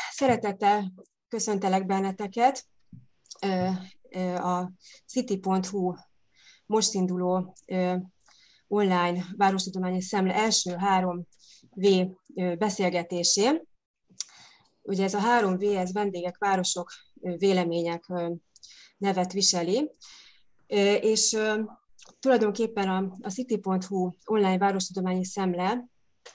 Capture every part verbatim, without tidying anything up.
Szeretettel köszöntelek benneteket a city pont hu most induló online várostudományi szemle első három vé beszélgetésén. Ugye ez a három vé, ez vendégek, városok, vélemények nevet viseli, és tulajdonképpen a, a city pont hu online várostudományi szemle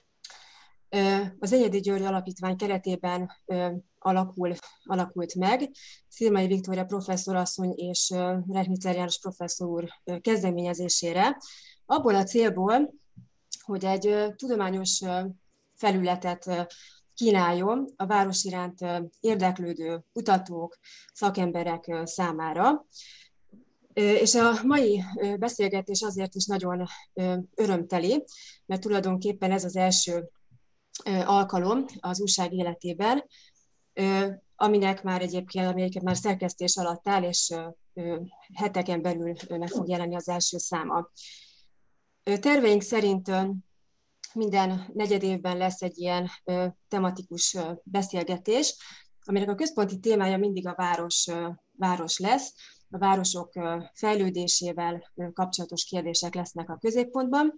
az Enyedi György Alapítvány keretében alakul, alakult meg. Szirmai Viktória professzorasszony és Recknitzer János professzor úr kezdeményezésére, abból a célból, hogy egy tudományos felületet kínáljon a város iránt érdeklődő kutatók, szakemberek számára. És a mai beszélgetés azért is nagyon örömteli, mert tulajdonképpen ez az első alkalom az újság életében, aminek már egyébként, amiket már szerkesztés alatt áll, és heteken belül meg fog jelenni az első száma. Terveink szerint minden negyed évben lesz egy ilyen tematikus beszélgetés, aminek a központi témája mindig a város, város lesz. A városok fejlődésével kapcsolatos kérdések lesznek a középpontban,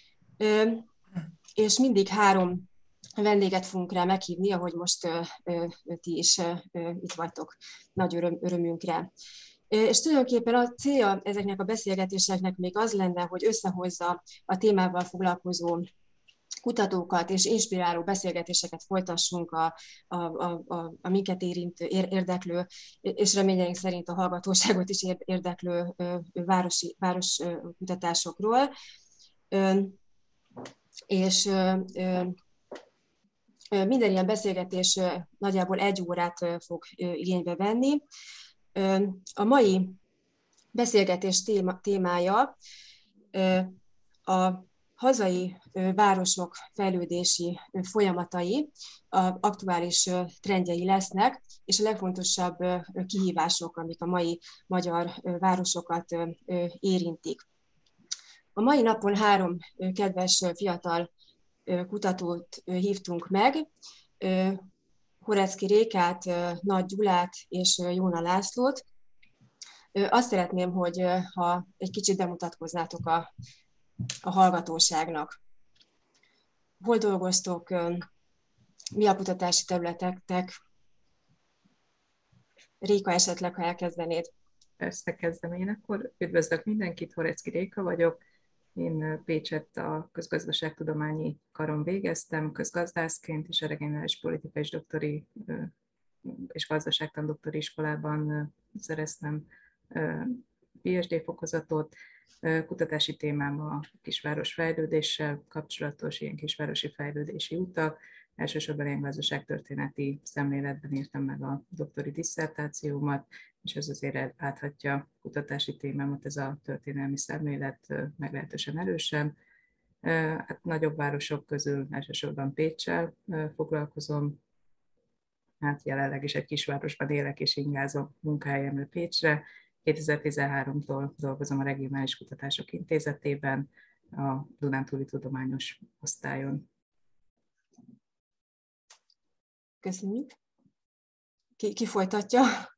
és mindig három vendéget fogunk rá meghívni, ahogy most ti is itt vagytok, nagy öröm, örömünkre. És tulajdonképpen a célja ezeknek a beszélgetéseknek még az lenne, hogy összehozza a témával foglalkozó kutatókat és inspiráló beszélgetéseket folytassunk a, a, a, a, a minket érint, érdeklő, és reményeink szerint a hallgatóságot is érdeklő városi, városkutatásokról. És minden ilyen beszélgetés nagyjából egy órát fog igénybe venni. A mai beszélgetés téma, témája a hazai városok fejlődési folyamatai, a aktuális trendjei lesznek, és a legfontosabb kihívások, amik a mai magyar városokat érintik. A mai napon három kedves fiatal kutatót hívtunk meg, Horecki Rékát, Nagy Gyulát és Jóna Lászlót. Azt szeretném, hogy ha egy kicsit bemutatkoznátok a, a hallgatóságnak. Hol dolgoztok, mi a kutatási területektek? Réka, esetleg, ha elkezdenéd. Persze, kezdem én akkor. Üdvözlök mindenkit, Horecki Réka vagyok. Én Pécsett a közgazdaságtudományi karon végeztem, közgazdászként, és a regionális politika és doktori és gazdaságtan doktori iskolában szereztem pé há dé fokozatot. Kutatási témám a kisváros fejlődéssel kapcsolatos, ilyen kisvárosi fejlődési utak. Elsősorban ilyen gazdaságtörténeti szemléletben írtam meg a doktori disszertációmat, és ez azért áthatja kutatási témámat, ez a történelmi szemlélet meglehetősen erősen. Hát nagyobb városok közül elsősorban Péccsel foglalkozom. Hát jelenleg is egy kisvárosban élek és ingázom munkahelyemre Pécsre. kétezer-tizenháromtól dolgozom a Regionális Kutatások Intézetében, a Dunántúli Tudományos Osztályon. Köszönjük. Ki, ki folytatja?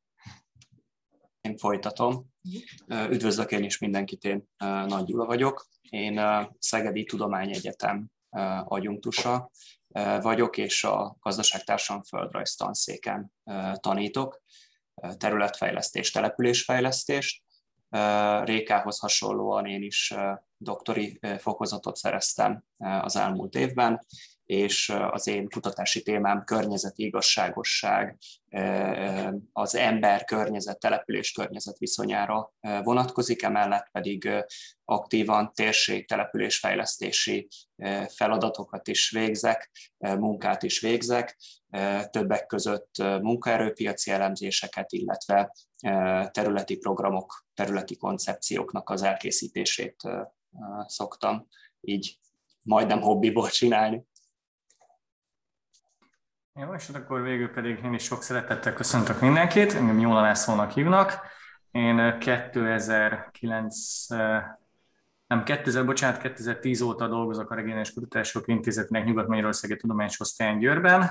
Én folytatom. Üdvözlök én is mindenkit, én Nagy Gyula vagyok. Én Szegedi Tudományegyetem adjunktusa vagyok, és a gazdaságtársadalom földrajz tanszéken tanítok. Területfejlesztés, településfejlesztést. Rékához hasonlóan én is doktori fokozatot szereztem az elmúlt évben, és az én kutatási témám környezeti igazságosság, az ember-környezet, település-környezet viszonyára vonatkozik, emellett pedig aktívan térség-településfejlesztési feladatokat is végzek, munkát is végzek, többek között munkaerőpiaci elemzéseket, illetve területi programok, területi koncepcióknak az elkészítését szoktam így majdnem hobbiból csinálni. Jó, és akkor végül pedig én is sok szeretettel köszöntök mindenkit, engem Jóna Lászlónak hívnak. Én kétezer-kilenc, nem kétezer, bocsánat, kétezer-tíz óta dolgozok a Regionális Kutatások Intézetének Nyugat-Magyarországi Tudományos Osztályán Győrben.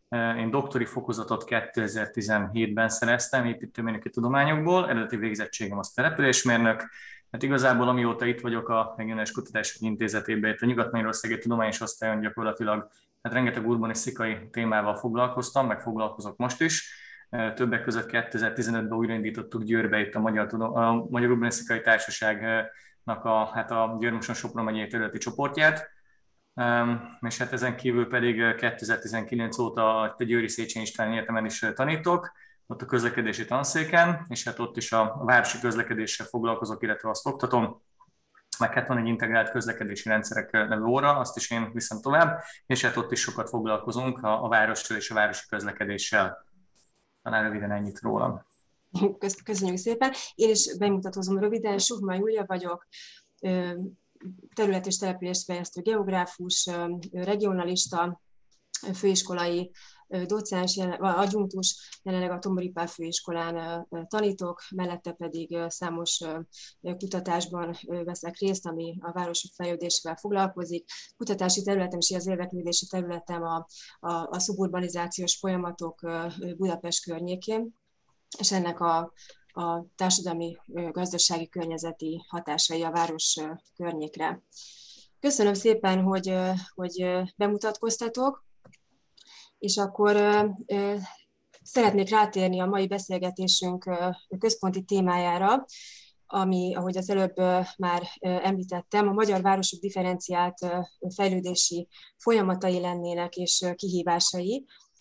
Én doktori fokozatot kétezer-tizenhétben szereztem építőmérnöki tudományokból, eredeti végzettségem az településmérnök. Hát igazából amióta itt vagyok a Regionális Kutatási Intézetében, itt a Nyugat-Magyarországi Tudományos Osztályon gyakorlatilag hát rengeteg urbanisztikai témával foglalkoztam, meg foglalkozok most is. Többek között kétezer-tizenötben újraindítottuk Győrbe itt a Magyar, a Magyar Urbanisztikai Társaságnak a, hát a Győr-Moson-Sopron megyei területi csoportját. És hát ezen kívül pedig kétezer-tizenkilenc óta a Győri Széchenyi István Egyetemen is tanítok, ott a közlekedési tanszéken, és hát ott is a városi közlekedéssel foglalkozok, illetve azt oktatom. Meg hát van egy integrált közlekedési rendszerek nevű óra, azt is én viszem tovább, és hát ott is sokat foglalkozunk a, a várossal és a városi közlekedéssel. Talán röviden ennyit rólam. Köszönjük szépen. Én is bemutatózom röviden, Suhma Júlia vagyok, terület- és településfejlesztő geográfus, regionalista, főiskolai docens, adjunktus, jelenleg a Tombori Pál főiskolán tanítok, mellette pedig számos kutatásban veszek részt, ami a városok fejlődésével foglalkozik. Kutatási területem és az érdeklődési területem a, a, a szuburbanizációs folyamatok Budapest környékén, és ennek a, a társadalmi, gazdasági, környezeti hatásai a város környékre. Köszönöm szépen, hogy, hogy bemutatkoztatok, és akkor szeretnék rátérni a mai beszélgetésünk központi témájára, ami, ahogy az előbb már említettem, a magyar városok differenciált fejlődési folyamatai lennének és kihívásai.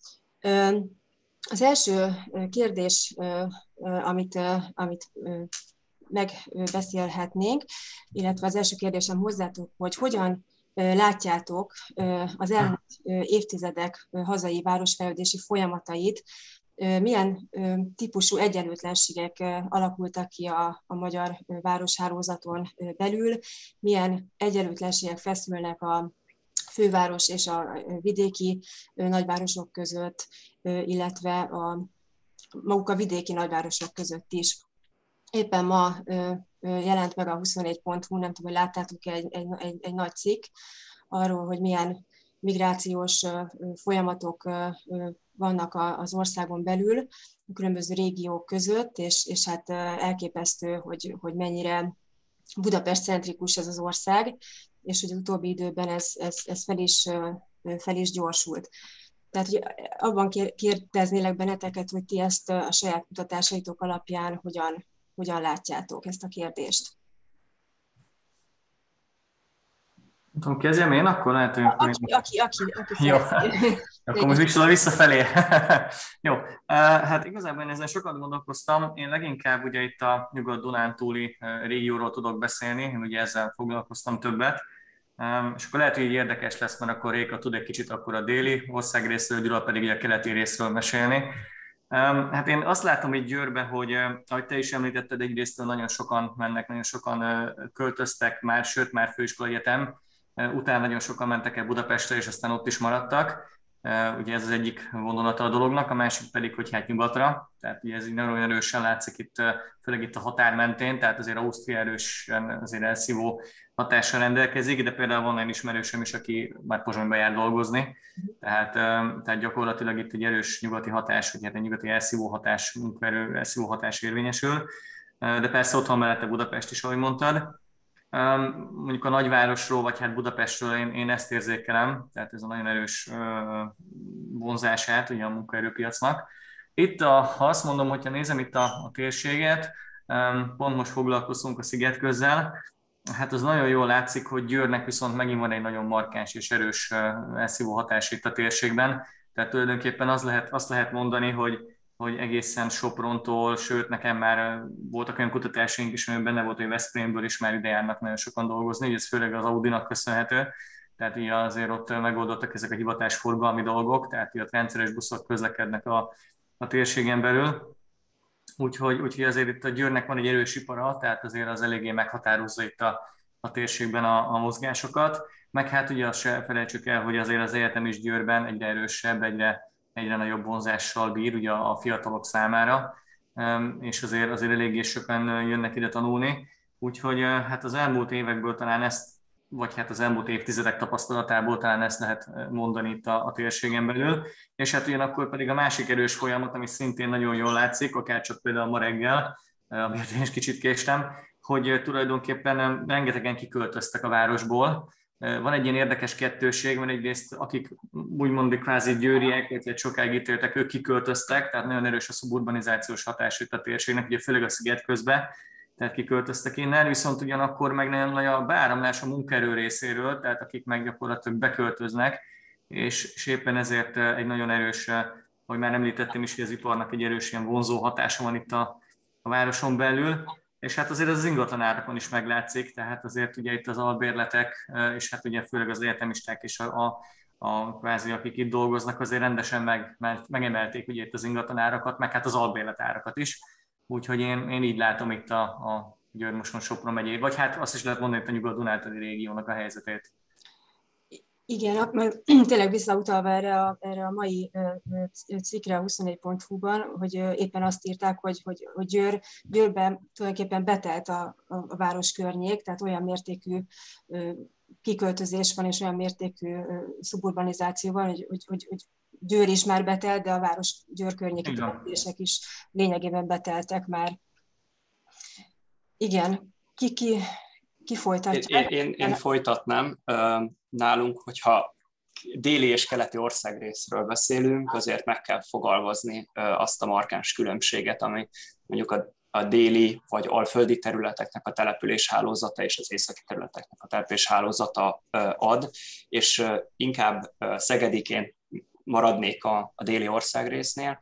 Az első kérdés, amit, amit megbeszélhetnénk, illetve az első kérdésem hozzátok, hogy hogyan látjátok az elmúlt évtizedek hazai városfejlődési folyamatait, milyen típusú egyenlőtlenségek alakultak ki a, a magyar városhálózaton belül, milyen egyenlőtlenségek feszülnek a főváros és a vidéki nagyvárosok között, illetve a, maguk a vidéki nagyvárosok között is. Éppen ma jelent meg a huszonnégy pont hu, nem tudom, hogy láttátok egy, egy, egy, egy nagy cikk arról, hogy milyen migrációs folyamatok vannak az országon belül, a különböző régiók között, és, és hát elképesztő, hogy, hogy mennyire Budapest-centrikus ez az ország, és hogy az utóbbi időben ez, ez, ez fel, is, fel is gyorsult. Tehát hogy abban kérdeznélek benneteket, hogy ti ezt a saját kutatásaitok alapján hogyan, hogyan látjátok ezt a kérdést. Tudom, kezdjem én, akkor lehet, hogy... Aki, aki, aki, aki Jó, akkor most micsoda visszafelé. Jó, hát igazából én ezen sokat gondolkoztam. Én leginkább ugye itt a Nyugat-Dunántúli régióról tudok beszélni, én ugye ezzel foglalkoztam többet. És akkor lehet, hogy így érdekes lesz, mert akkor Réka tud egy kicsit akkor a déli országrészről, Gyula pedig a keleti részről mesélni. Hát én azt látom itt Győrben, hogy ahogy te is említetted, egyrészt nagyon sokan mennek, nagyon sokan költöztek már, sőt már főiskolai egyetem, utána nagyon sokan mentek el Budapestre, és aztán ott is maradtak. Ugye ez az egyik vonulata a dolognak, a másik pedig, hogy hát nyugatra, tehát ugye ez így nagyon erősen látszik itt, főleg itt a határ mentén, tehát azért Ausztria erősen azért elszívó hatással rendelkezik, de például van egy ismerősöm is, aki már Pozsonyba jár dolgozni, tehát, tehát gyakorlatilag itt egy erős nyugati hatás, vagy hát egy nyugati elszívó hatás, munkaerő elszívó hatás érvényesül, de persze otthon mellette Budapest is, ahogy mondtad. Mondjuk a nagyvárosról, vagy hát Budapestről én, én ezt érzékelem, tehát ez a nagyon erős vonzását ugye a munkaerőpiacnak. Itt, a, ha azt mondom, hogyha nézem itt a, a térséget, pont most foglalkozunk a Szigetközzel, hát az nagyon jól látszik, hogy Győrnek viszont megint van egy nagyon markáns és erős elszívó hatás itt a térségben, tehát tulajdonképpen az lehet, azt lehet mondani, hogy hogy egészen Soprontól, sőt nekem már voltak olyan kutatásaink is, amiben benne volt, hogy Veszprémből is már ide járnak nagyon sokan dolgozni, ez főleg az Audinak köszönhető, tehát így azért ott megoldottak ezek a hivatásforgalmi dolgok, tehát így ott rendszeres buszok közlekednek a, a térségen belül. Úgyhogy, úgyhogy azért itt a Győrnek van egy erős ipara, tehát azért az eléggé meghatározza itt a, a térségben a, a mozgásokat, meg hát ugye azt se felejtsük el, hogy azért az egyetem is Győrben egyre erősebb, egyre egyre nagyobb vonzással bír ugye a fiatalok számára, és azért, azért eléggé sokan jönnek ide tanulni. Úgyhogy hát az elmúlt évekből talán ezt vagy hát az elmúlt évtizedek tapasztalatából talán ezt lehet mondani itt a, a térségen belül. És hát ugyanakkor pedig a másik erős folyamat, ami szintén nagyon jól látszik, akár csak például ma reggel, amiért én is kicsit késtem, hogy tulajdonképpen rengetegen kiköltöztek a városból. Van egy ilyen érdekes kettőség, van egyrészt, akik úgymond kvázi győriek, vagy sokáig itt éltek, ők kiköltöztek, tehát nagyon erős a szuburbanizációs hatás itt a térségnek, ugye főleg a sziget közben, tehát kiköltöztek innen, viszont ugyanakkor meg nagyon nagy a beáramlás a munkaerő részéről, tehát akik meg gyakorlatilag beköltöznek, és, és éppen ezért egy nagyon erős, ahogy már említettem is, hogy az iparnak egy erős ilyen vonzó hatása van itt a, a városon belül, és hát azért az ingatlan árakon is meglátszik, tehát azért ugye itt az albérletek, és hát ugye főleg az egyetemisták és a, a, a kvázi, akik itt dolgoznak, azért rendesen meg, megemelték ugye itt az ingatlan árakat, meg hát az albérlet árakat is. Úgyhogy én, én így látom itt a, a Győr-Moson-Sopron megyét, vagy hát azt is lehet mondani itt a Nyugat-Dunántúli régiónak a helyzetét. Igen, mert tényleg visszautalva erre a, erre a mai cikkre a huszonnégy pont hu-ban, hogy éppen azt írták, hogy, hogy, hogy Győr, Győrben tulajdonképpen betelt a, a, a város környék, tehát olyan mértékű kiköltözés van, és olyan mértékű szuburbanizáció van, hogy, hogy, hogy, hogy Győr is már betelt, de a város Győr környéki települések is lényegében beteltek már. Igen, ki, ki, ki folytatja? Én, én, én folytatnám. Nálunk, hogyha déli és keleti országrészről beszélünk, azért meg kell fogalmazni azt a markáns különbséget, ami mondjuk a, a déli vagy alföldi területeknek a településhálózata és az északi területeknek a településhálózata ad, és inkább szegediként maradnék a, a déli országrésznél.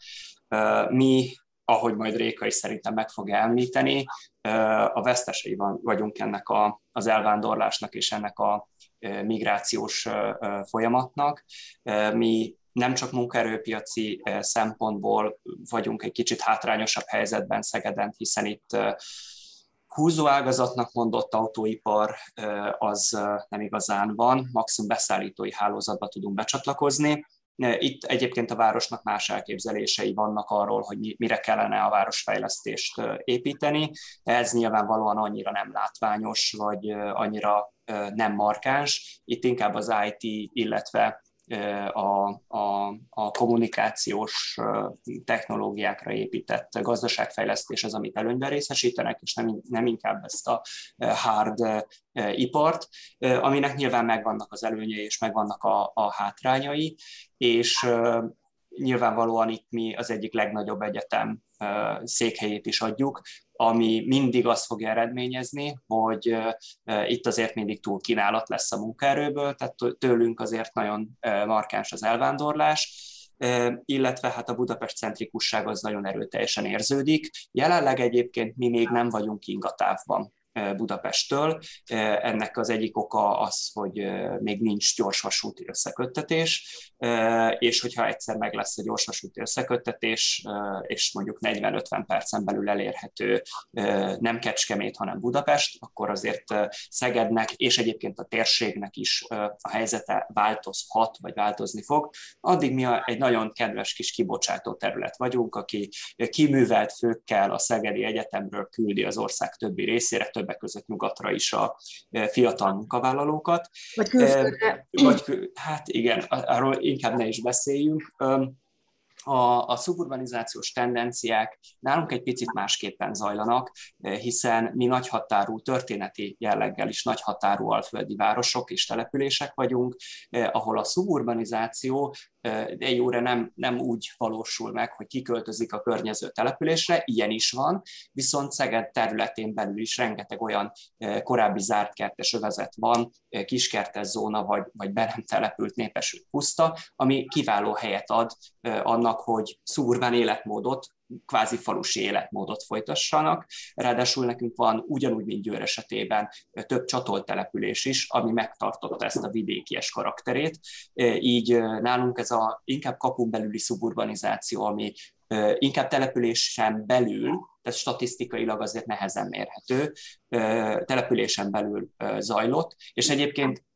Mi, ahogy majd Réka is szerintem meg fogja említeni, a vesztesei vagyunk ennek a, az elvándorlásnak és ennek a migrációs folyamatnak. Mi nem csak munkaerőpiaci szempontból vagyunk egy kicsit hátrányosabb helyzetben Szegeden, hiszen itt húzóágazatnak mondott autóipar az nem igazán van, maximum beszállítói hálózatba tudunk becsatlakozni. Itt egyébként a városnak más elképzelései vannak arról, hogy mire kellene a városfejlesztést építeni. Ez nyilvánvalóan annyira nem látványos, vagy annyira nem markáns. Itt inkább az i té, illetve a, a, a kommunikációs technológiákra épített gazdaságfejlesztés az, amit előnyben részesítenek, és nem, nem inkább ezt a hard ipart, aminek nyilván megvannak az előnyei és megvannak a, a hátrányai, és nyilvánvalóan itt mi az egyik legnagyobb egyetem székhelyét is adjuk, ami mindig azt fogja eredményezni, hogy itt azért mindig túl kínálat lesz a munkaerőből, tehát tőlünk azért nagyon markáns az elvándorlás, illetve hát a Budapest centrikusság az nagyon erőteljesen érződik. Jelenleg egyébként mi még nem vagyunk ingatávban Budapesttől. Ennek az egyik oka az, hogy még nincs gyorsvasúti összeköttetés, és hogyha egyszer meg lesz a gyorsvasúti összeköttetés, és mondjuk negyven-ötven percen belül elérhető nem Kecskemét, hanem Budapest, akkor azért Szegednek és egyébként a térségnek is a helyzete változhat, vagy változni fog. Addig mi egy nagyon kedves kis kibocsátó terület vagyunk, aki kiművelt főkkel a Szegedi Egyetemről küldi az ország többi részére, többek között nyugatra is a fiatal munkavállalókat. Vagy külföldre. Vagy, hát igen, arról inkább ne is beszéljünk. A, a szuburbanizációs tendenciák nálunk egy picit másképpen zajlanak, hiszen mi nagyhatárú, történeti jelleggel is nagyhatárú alföldi városok és települések vagyunk, ahol a szuburbanizáció de jóra nem, nem úgy valósul meg, hogy kiköltözik a környező településre, ilyen is van, viszont Szeged területén belül is rengeteg olyan korábbi zárt kertes övezet van, kiskertes zóna, vagy, vagy be nem települt népesült puszta, ami kiváló helyet ad annak, hogy szuburbán életmódot, kvázi falusi életmódot folytassanak. Ráadásul nekünk van ugyanúgy, mint Győr esetében több csatoltelepülés is, ami megtartotta ezt a vidékies karakterét. Így nálunk ez a inkább kapun belüli szuburbanizáció, ami inkább településen belül, tehát statisztikailag azért nehezen mérhető, településen belül zajlott, és egyébként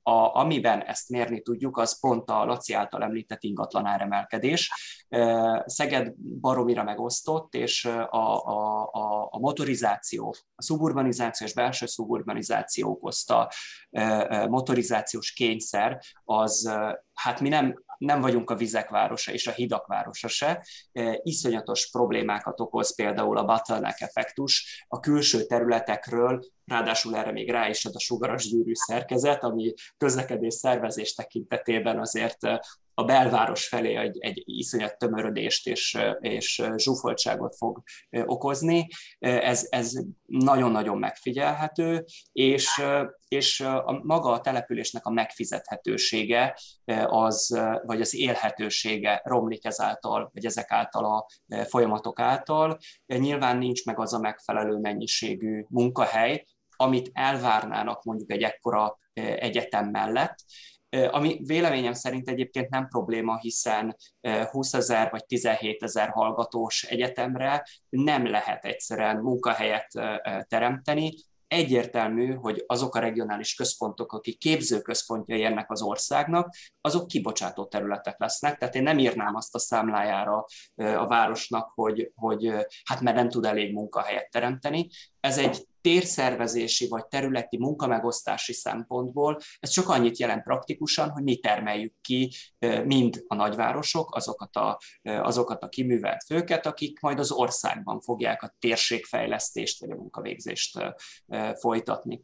A, amiben ezt mérni tudjuk, az pont a Laci által említett ingatlan áremelkedés. Szeged baromira megosztott, és a, a, a, a motorizáció, a szuburbanizáció és belső szuburbanizáció okozta motorizációs kényszer, az, hát mi nem, nem vagyunk a vizek városa és a hidak városa se, iszonyatos problémákat okoz például a bottleneck effektus a külső területekről, ráadásul erre még rá is ad a sugaras gyűrű szerkezet, ami közlekedés szervezés tekintetében azért a belváros felé egy, egy iszonyat tömörödést és, és zsúfoltságot fog okozni. Ez, ez nagyon-nagyon megfigyelhető, és, és a maga a településnek a megfizethetősége, az, vagy az élhetősége romlik ezáltal, vagy ezek által a folyamatok által. Nyilván nincs meg az a megfelelő mennyiségű munkahely, amit elvárnának mondjuk egy ekkora egyetem mellett, ami véleményem szerint egyébként nem probléma, hiszen húszezer vagy tizenhétezer hallgatós egyetemre nem lehet egyszerűen munkahelyet teremteni. Egyértelmű, hogy azok a regionális központok, akik képzőközpontjai ennek az országnak, azok kibocsátó területek lesznek. Tehát én nem írnám azt a számlájára a városnak, hogy, hogy hát mert nem tud elég munkahelyet teremteni. Ez egy térszervezési vagy területi munkamegosztási szempontból, ez csak annyit jelent praktikusan, hogy mi termeljük ki mind a nagyvárosok, azokat a, azokat a kiművelt főket, akik majd az országban fogják a térségfejlesztést vagy a munkavégzést folytatni.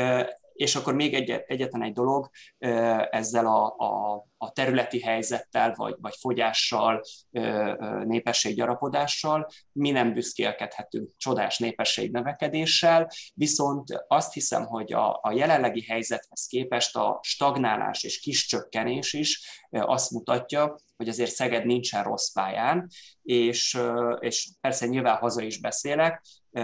És akkor még egy, egyetlen egy dolog, ezzel a, a, a területi helyzettel, vagy, vagy fogyással, népességgyarapodással mi nem büszkélkedhetünk csodás népességnövekedéssel, viszont azt hiszem, hogy a, a jelenlegi helyzethez képest a stagnálás és kis csökkenés is azt mutatja, hogy azért Szeged nincsen rossz pályán, és, és persze nyilván haza is beszélek,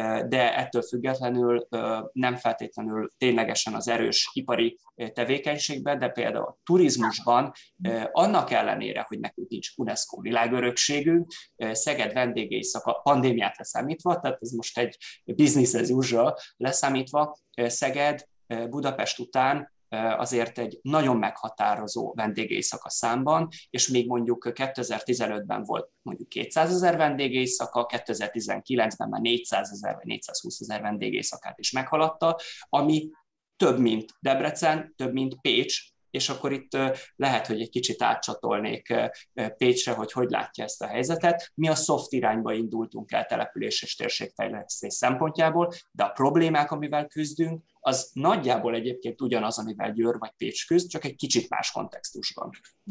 de ettől függetlenül nem feltétlenül ténylegesen az erős ipari tevékenységben, de például a turizmusban, annak ellenére, hogy nekünk nincs UNESCO világörökségünk, Szeged vendégészaka pandémiát leszámítva, tehát ez most egy business as usual leszámítva, Szeged Budapest után azért egy nagyon meghatározó vendégészaka számban, és még mondjuk kétezer-tizenötben volt mondjuk kétszázezer vendégészaka, kétezer-tizenkilencben már négyszázezer vagy négyszázhúszezer vendégészakát is meghaladta, ami több, mint Debrecen, több, mint Pécs, és akkor itt lehet, hogy egy kicsit átcsatolnék Pécsre, hogy hogy látja ezt a helyzetet. Mi a soft irányba indultunk el település és térségfejlesztés szempontjából, de a problémák, amivel küzdünk, az nagyjából egyébként ugyanaz, amivel Győr vagy Pécs küzd, csak egy kicsit más kontextusban.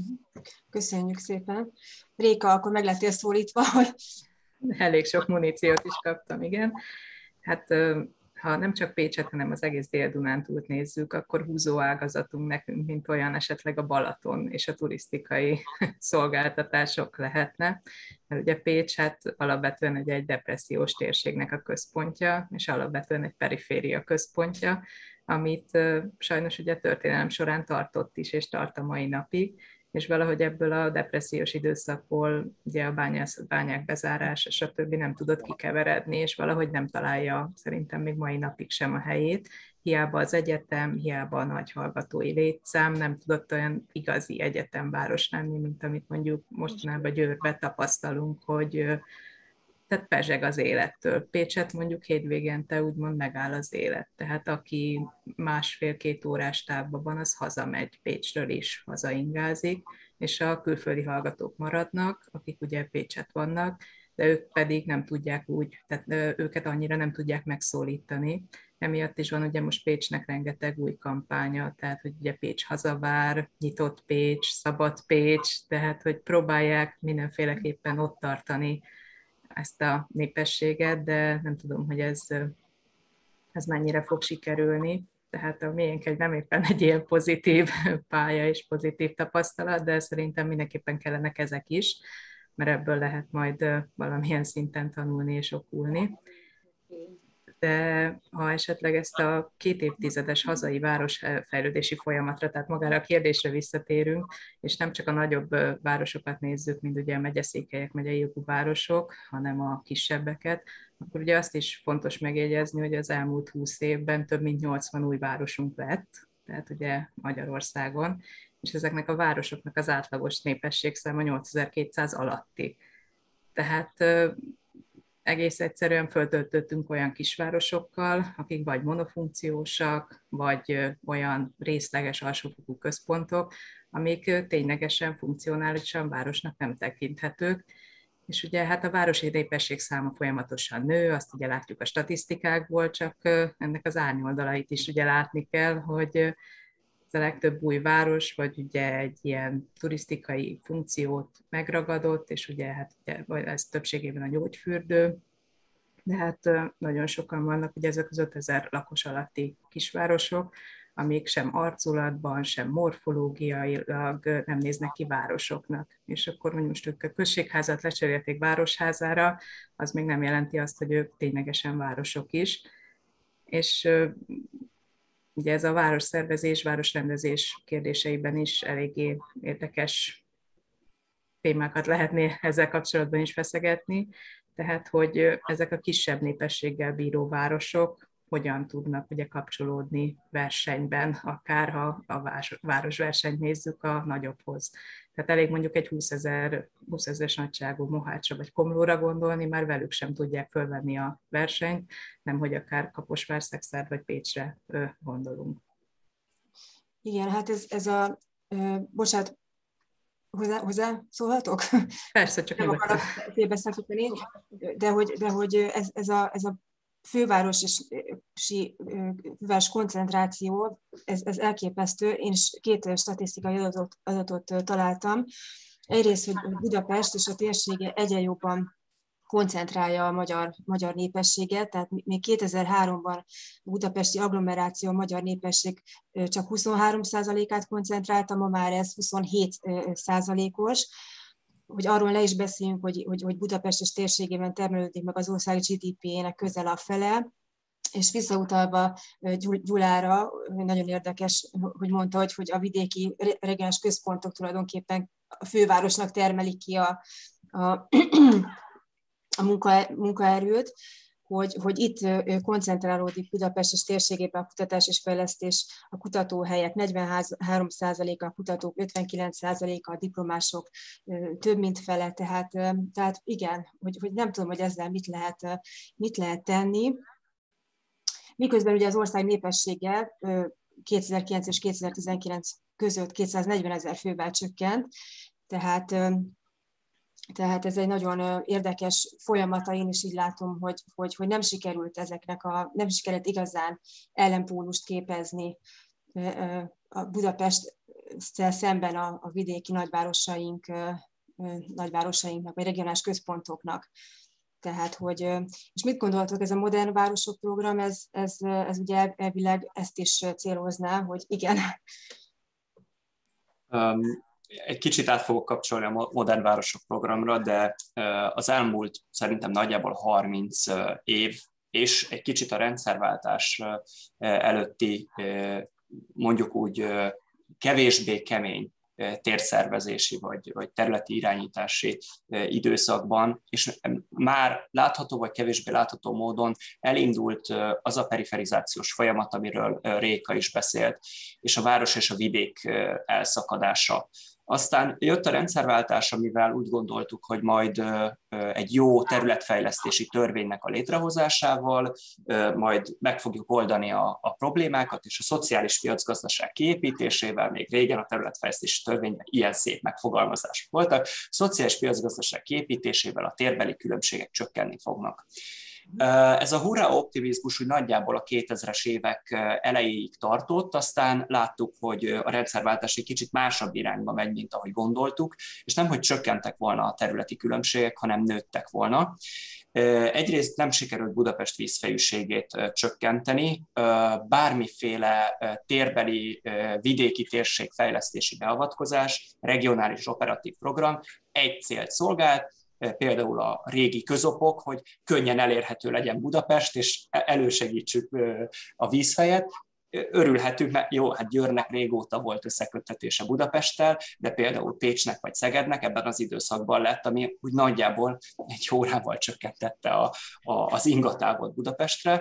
Köszönjük szépen. Réka, akkor meg lettél szólítva, hogy... Elég sok muníciót is kaptam, igen. Hát ha nem csak Pécset, hanem az egész Dél-Dunántúlt nézzük, akkor húzó ágazatunk nekünk, mint olyan esetleg a Balaton és a turisztikai szolgáltatások lehetne. Mert ugye Pécs hát alapvetően egy, egy depressziós térségnek a központja, és alapvetően egy periféria központja, amit sajnos ugye történelem során tartott is, és tart a mai napig, és valahogy ebből a depressziós időszakból ugye a bányász, bányák bezárása, stb. Nem tudott kikeveredni, és valahogy nem találja szerintem még mai napig sem a helyét. Hiába az egyetem, hiába a nagy hallgatói létszám, nem tudott olyan igazi egyetemváros lenni, mint amit mondjuk mostanában Győrbe tapasztalunk, hogy tehát pezseg az élettől. Pécset mondjuk hétvégente úgymond megáll az élet. Tehát aki másfél-két órás távban van, az hazamegy Pécsről is, hazaingázik, és a külföldi hallgatók maradnak, akik ugye Pécset vannak, de ők pedig nem tudják úgy, tehát őket annyira nem tudják megszólítani. Emiatt is van ugye most Pécsnek rengeteg új kampánya, tehát hogy ugye Pécs hazavár, nyitott Pécs, szabad Pécs, tehát hogy próbálják mindenféleképpen ott tartani ezt a népességet, de nem tudom, hogy ez, ez mennyire fog sikerülni. Tehát a miénk egy nem éppen egy ilyen pozitív pálya és pozitív tapasztalat, de szerintem mindenképpen kellenek ezek is, mert ebből lehet majd valamilyen szinten tanulni és okulni. De ha esetleg ezt a két évtizedes hazai városfejlődési folyamatra, tehát magára a kérdésre visszatérünk, és nem csak a nagyobb városokat nézzük, mint ugye a megyeszékhelyek, megyei jogú városok, hanem a kisebbeket, akkor ugye azt is fontos megjegyezni, hogy az elmúlt húsz évben több mint nyolcvan új városunk lett, tehát ugye Magyarországon, és ezeknek a városoknak az átlagos népességszáma nyolcezer-kétszáz alatti. Tehát egész egyszerűen föltöltöttünk olyan kisvárosokkal, akik vagy monofunkciósak, vagy olyan részleges alsófokú központok, amik ténylegesen funkcionálisan városnak nem tekinthetők. És ugye hát a városi népesség száma folyamatosan nő, azt ugye látjuk a statisztikákból, csak ennek az árnyoldalait is ugye látni kell, hogy a legtöbb új város, vagy ugye egy ilyen turisztikai funkciót megragadott, és ugye hát ugye, ez többségében a gyógyfürdő, de hát nagyon sokan vannak ugye ezek az ötezer lakos alatti kisvárosok, amik sem arculatban, sem morfológiailag nem néznek ki városoknak. És akkor, hogy most ők a községházat lecserélték városházára, az még nem jelenti azt, hogy ők ténylegesen városok is. És ugye ez a városszervezés, városrendezés kérdéseiben is eléggé érdekes témákat lehetné ezzel kapcsolatban is feszegetni. Tehát, hogy ezek a kisebb népességgel bíró városok hogyan tudnak ugye kapcsolódni versenyben, akár ha a városversenyt nézzük a nagyobbhoz. Tehát elég mondjuk egy húszezeres nagyságú Mohácsra vagy Komlóra gondolni, már velük sem tudják fölvenni a versenyt, nemhogy akár Kaposvár, Szekszárd vagy Pécsre gondolunk. Igen, hát ez, ez a, ö, bocsánat, hozzá, hozzá szólhatok? Persze, csak nem akarok félbeszakítani, de hogy, de hogy ez, ez, a, ez a fővárosi főváros koncentráció, ez, ez elképesztő. Én is két statisztikai adatot, adatot találtam. Egyrészt, hogy Budapest és a térsége egyre jobban koncentrálja a magyar, magyar népességet, tehát még kétezer-háromban a budapesti agglomeráció a magyar népesség csak huszonhárom százalékát koncentrálta, ma már ez huszonhét százalékos. Hogy arról le is beszéljünk, hogy, hogy, hogy Budapest és térségében termelődik meg az ország gé dé pé-jének közel a fele, és visszautalva Gyulára, nagyon érdekes, hogy mondta, hogy, hogy a vidéki regionális központok tulajdonképpen a fővárosnak termelik ki a, a, a munka, munkaerőt, hogy, hogy itt koncentrálódik Budapest és térségében a kutatás és fejlesztés, a kutatóhelyek negyvenhárom százaléka, a kutatók ötvenkilenc százaléka, a diplomások több mint fele, tehát, tehát igen, hogy, hogy nem tudom, hogy ezzel mit lehet, mit lehet tenni. Miközben ugye az ország népessége kétezer-kilenc és kétezer-tizenkilenc között kétszáznegyven ezer fővel csökkent, tehát Tehát ez egy nagyon érdekes folyamata, én is így látom, hogy, hogy, hogy nem sikerült ezeknek a, nem sikerült igazán ellenpólust képezni a Budapesttel szemben a, a vidéki nagyvárosaink, nagyvárosainknak, vagy regionális központoknak. Tehát, hogy, és mit gondoltok, ez a Modern Városok program, ez, ez, ez ugye elvileg ezt is célozná, hogy igen. Um. Egy kicsit át fogok kapcsolni a Modern Városok programra, de az elmúlt szerintem nagyjából harminc év, és egy kicsit a rendszerváltás előtti, mondjuk úgy kevésbé kemény térszervezési vagy, vagy területi irányítási időszakban, és már látható vagy kevésbé látható módon elindult az a periferizációs folyamat, amiről Réka is beszélt, és a város és a vidék elszakadása. Aztán jött a rendszerváltás, amivel úgy gondoltuk, hogy majd egy jó területfejlesztési törvénynek a létrehozásával majd meg fogjuk oldani a, a problémákat, és a szociális piacgazdaság kiépítésével, még régen a területfejlesztési törvényben ilyen szép megfogalmazások voltak, szociális piacgazdaság kiépítésével a térbeli különbségek csökkenni fognak. Ez a hurrá optimizmus úgy nagyjából a kétezres évek elejéig tartott, aztán láttuk, hogy a rendszerváltás egy kicsit másabb irányba megy, mint ahogy gondoltuk, és nem, hogy csökkentek volna a területi különbségek, hanem nőttek volna. Egyrészt nem sikerült Budapest vízfejűségét csökkenteni, bármiféle térbeli vidéki térségfejlesztési beavatkozás, regionális operatív program egy célt szolgált, például a régi közopok, hogy könnyen elérhető legyen Budapest, és elősegítsük a vízfejet. Örülhetünk, mert jó, hát Győrnek régóta volt összeköttetése Budapesttel, de például Pécsnek vagy Szegednek ebben az időszakban lett, ami úgy nagyjából egy órával csökkentette a, a, az ingatávot Budapestre.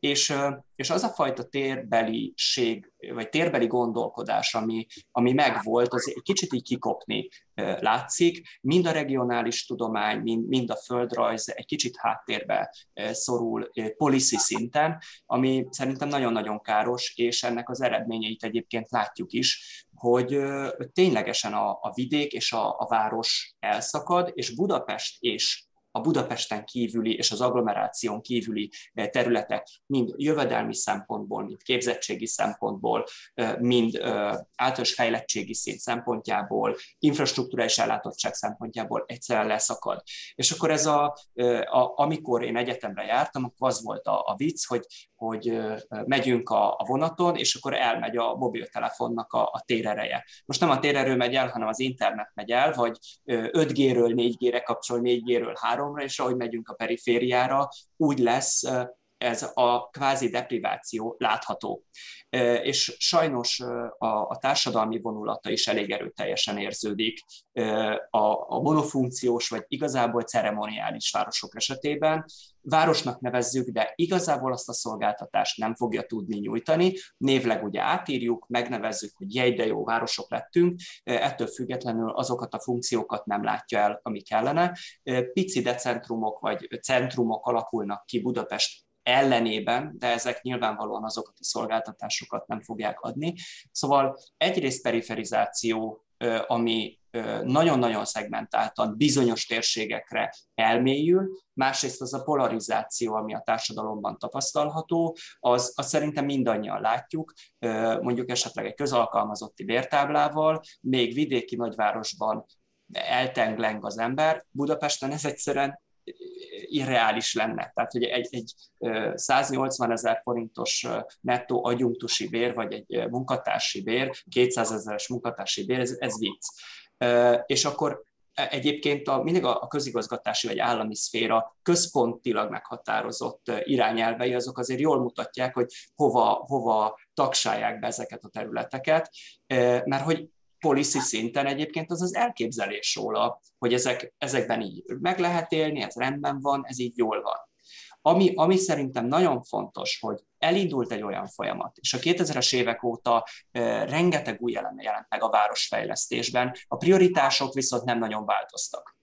És, és az a fajta térbeliség, vagy térbeli gondolkodás, ami, ami megvolt, az egy kicsit így kikopni látszik. Mind a regionális tudomány, mind, mind a földrajz egy kicsit háttérbe szorul policy szinten, ami szerintem nagyon-nagyon káros, és ennek az eredményeit egyébként látjuk is, hogy ténylegesen a, a vidék és a, a város elszakad, és Budapest és a Budapesten kívüli és az agglomeráción kívüli területek mind jövedelmi szempontból, mind képzettségi szempontból, mind általános fejlettségi szint szempontjából, infrastruktúrális ellátottság szempontjából egyszerűen leszakad. És akkor ez a, a amikor én egyetemre jártam, akkor az volt a, a vicc, hogy, hogy megyünk a, a vonaton, és akkor elmegy a mobiltelefonnak a, a térereje. Most nem a térerő megy el, hanem az internet megy el, vagy öt G-ről négy G-re kapcsol, négy G-ről háromra, és ahogy megyünk a perifériára, úgy lesz ez a kvázi depriváció látható. És sajnos a, a társadalmi vonulata is elég erőteljesen érződik a, a monofunkciós, vagy igazából ceremoniális városok esetében. Városnak nevezzük, de igazából azt a szolgáltatást nem fogja tudni nyújtani. Névleg ugye átírjuk, megnevezzük, hogy jej, de jó városok lettünk, ettől függetlenül azokat a funkciókat nem látja el, ami kellene. Pici decentrumok vagy centrumok alakulnak ki Budapest ellenében, de ezek nyilvánvalóan azokat a szolgáltatásokat nem fogják adni. Szóval egyrészt periferizáció, ami nagyon-nagyon szegmentáltan bizonyos térségekre elmélyül, másrészt az a polarizáció, ami a társadalomban tapasztalható, az, az szerintem mindannyian látjuk, mondjuk esetleg egy közalkalmazotti bértáblával, még vidéki nagyvárosban eltengleng az ember, Budapesten ez egyszerűen irreális lenne. Tehát, hogy egy, egy száznyolcvanezer forintos nettó adjunktusi bér, vagy egy munkatársi bér, kétszázezeres munkatársi bér, ez, ez vicc. És akkor egyébként a, mindig a közigazgatási vagy állami szféra központilag meghatározott irányelvei, azok azért jól mutatják, hogy hova, hova tagsálják be ezeket a területeket, mert hogy policy szinten egyébként az az elképzelés róla, hogy ezek, ezekben így meg lehet élni, ez rendben van, ez így jól van. Ami, ami szerintem nagyon fontos, hogy elindult egy olyan folyamat, és a kétezres évek óta e, rengeteg új eleme jelent meg a városfejlesztésben, a prioritások viszont nem nagyon változtak.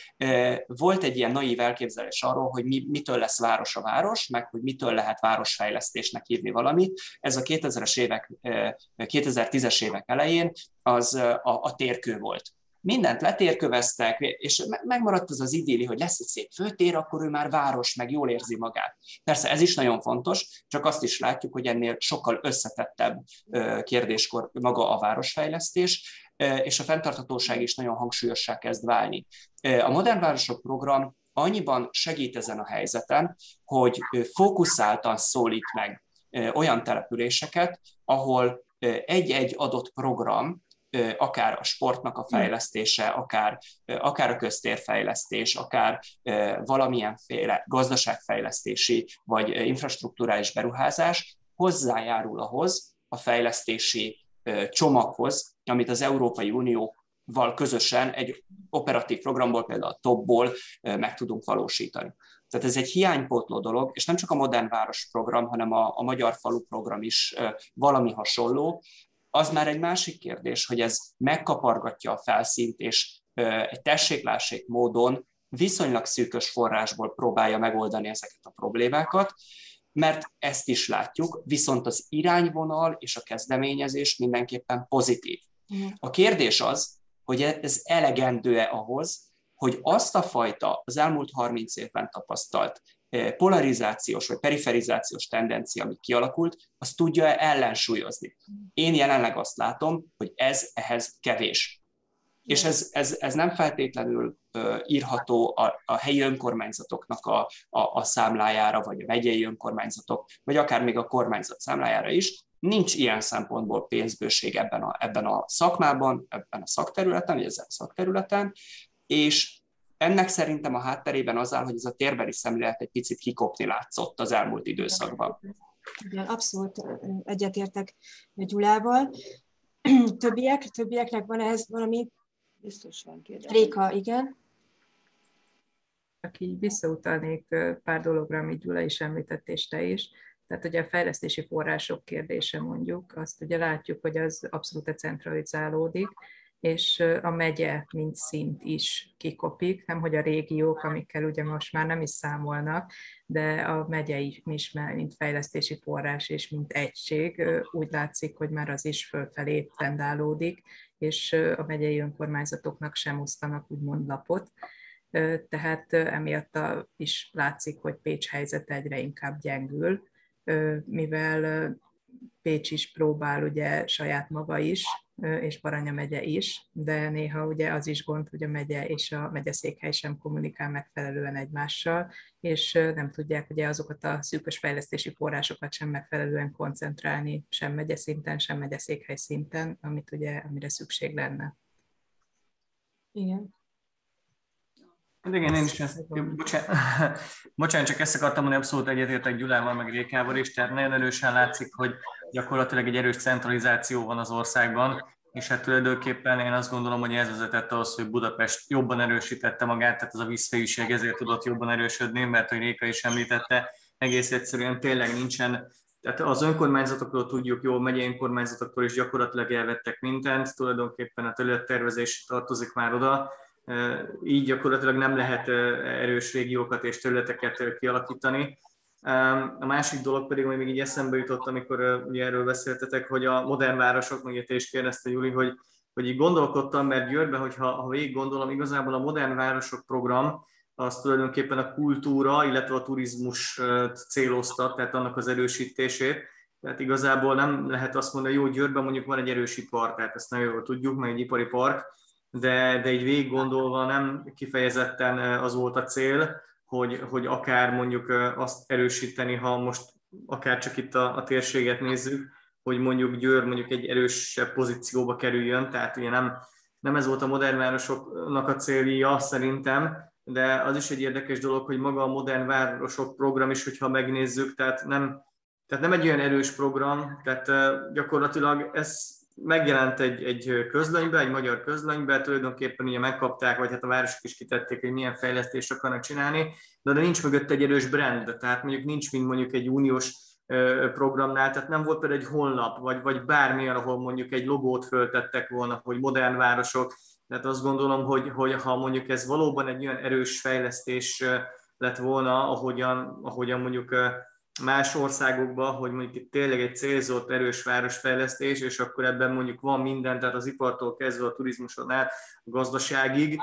E, volt egy ilyen naív elképzelés arról, hogy mi, mitől lesz város a város, meg hogy mitől lehet városfejlesztésnek hívni valamit. Ez a kétezres évek, e, kétezer-tízes évek elején az a, a térkő volt. Mindent letérköveztek, és megmaradt az az idilli, hogy lesz egy szép főtér, akkor ő már város, meg jól érzi magát. Persze ez is nagyon fontos, csak azt is látjuk, hogy ennél sokkal összetettebb kérdéskor maga a városfejlesztés, és a fenntarthatóság is nagyon hangsúlyossá kezd válni. A Modern Városok program annyiban segít ezen a helyzeten, hogy fókuszáltan szólít meg olyan településeket, ahol egy-egy adott program, akár a sportnak a fejlesztése, akár, akár a köztérfejlesztés, akár valamilyenféle gazdaságfejlesztési vagy infrastruktúrális beruházás hozzájárul ahhoz a fejlesztési csomaghoz, amit az Európai Unióval közösen egy operatív programból, például a topból meg tudunk valósítani. Tehát ez egy hiánypótló dolog, és nem csak a Modern Város program, hanem a, a Magyar Falu program is valami hasonló. Az már egy másik kérdés, hogy ez megkapargatja a felszínt, és egy tessék-lássék módon viszonylag szűkös forrásból próbálja megoldani ezeket a problémákat, mert ezt is látjuk, viszont az irányvonal és a kezdeményezés mindenképpen pozitív. A kérdés az, hogy ez elegendő-e ahhoz, hogy azt a fajta az elmúlt harminc évben tapasztalt polarizációs vagy periferizációs tendencia, ami kialakult, azt tudja ellensúlyozni. Én jelenleg azt látom, hogy ez ehhez kevés. És ez, ez, ez nem feltétlenül uh, írható a, a helyi önkormányzatoknak a, a, a számlájára, vagy a megyei önkormányzatok, vagy akár még a kormányzat számlájára is. Nincs ilyen szempontból pénzbőség ebben a, ebben a szakmában, ebben a szakterületen, vagy ezen a szakterületen, és ennek szerintem a hátterében az áll, hogy ez a térbeli szemlélet egy picit kikopni látszott az elmúlt időszakban. Igen, abszolút egyetértek Gyulával. Többiek, többieknek van ehhez valami? Biztos van kérdés. Réka, igen. Aki visszautalnék pár dologra, amit Gyula is említett, és te is. Tehát ugye a fejlesztési források kérdése mondjuk, azt ugye látjuk, hogy az abszolút centralizálódik, és a megye, mint szint is kikopik, nem hogy a régiók, amikkel ugye most már nem is számolnak, de a megye is, mint fejlesztési forrás és mint egység, úgy látszik, hogy már az is fölfelé trendálódik, és a megyei önkormányzatoknak sem osztanak úgymond lapot. Tehát emiatt is látszik, hogy Pécs helyzete egyre inkább gyengül, mivel Pécs is próbál ugye saját maga is, és Baranya megye is, de néha ugye az is gond, hogy a megye és a megyeszékhely sem kommunikál megfelelően egymással, és nem tudják ugye azokat a szűkös fejlesztési forrásokat sem megfelelően koncentrálni, sem megyeszinten, sem megyeszékhely szinten, amit ugye, amire szükség lenne. Igen. Igen, én is ezt, bocsánat, bocsánat, csak ezt akartam mondani, abszolút egyetértek Gyulával, meg Rékával is, tehát nagyon erősen látszik, hogy gyakorlatilag egy erős centralizáció van az országban, és hát tulajdonképpen én azt gondolom, hogy ez vezetett ahhoz, hogy Budapest jobban erősítette magát, tehát az a vízfejűség ezért tudott jobban erősödni, mert hogy Réka is említette, egész egyszerűen tényleg nincsen, tehát az önkormányzatokról tudjuk jól, megyei önkormányzatoktól is gyakorlatilag elvettek mindent, tulajdonképpen a területtervezés tartozik már oda, így gyakorlatilag nem lehet erős régiókat és területeket kialakítani. A másik dolog pedig, ami még így eszembe jutott, amikor ugye erről beszéltetek, hogy a modern városok, meg te is kérdezte, Juli, hogy, hogy így gondolkodtam, mert Győrben, hogyha ha végig gondolom, igazából a modern városok program az tulajdonképpen a kultúra, illetve a turizmus célozta, tehát annak az erősítését. Tehát igazából nem lehet azt mondani, hogy jó, Győrben mondjuk van egy erős ipar, tehát ezt nagyon jól tudjuk, meg egy ipari park, de, de így végig gondolva nem kifejezetten az volt a cél, hogy, hogy akár mondjuk azt erősíteni, ha most akár csak itt a, a térséget nézzük, hogy mondjuk Győr mondjuk egy erősebb pozícióba kerüljön, tehát ugye nem, nem ez volt a modern városoknak a célja szerintem, de az is egy érdekes dolog, hogy maga a modern városok program is, hogyha megnézzük, tehát nem, tehát nem egy olyan erős program, tehát gyakorlatilag ez megjelent egy, egy közlönybe, egy magyar közlönybe, tulajdonképpen ugye megkapták, vagy hát a városok is kitették, hogy milyen fejlesztést akarnak csinálni, de, de nincs mögött egy erős brand, tehát mondjuk nincs, mint mondjuk egy uniós programnál, tehát nem volt például egy honlap, vagy, vagy bármilyen, ahol mondjuk egy logót föltettek volna, hogy modern városok, tehát azt gondolom, hogy, hogy ha mondjuk ez valóban egy olyan erős fejlesztés lett volna, ahogyan, ahogyan mondjuk más országokban, hogy mondjuk itt tényleg egy célzott erős városfejlesztés, és akkor ebben mondjuk van minden, tehát az ipartól kezdve a turizmuson át a gazdaságig,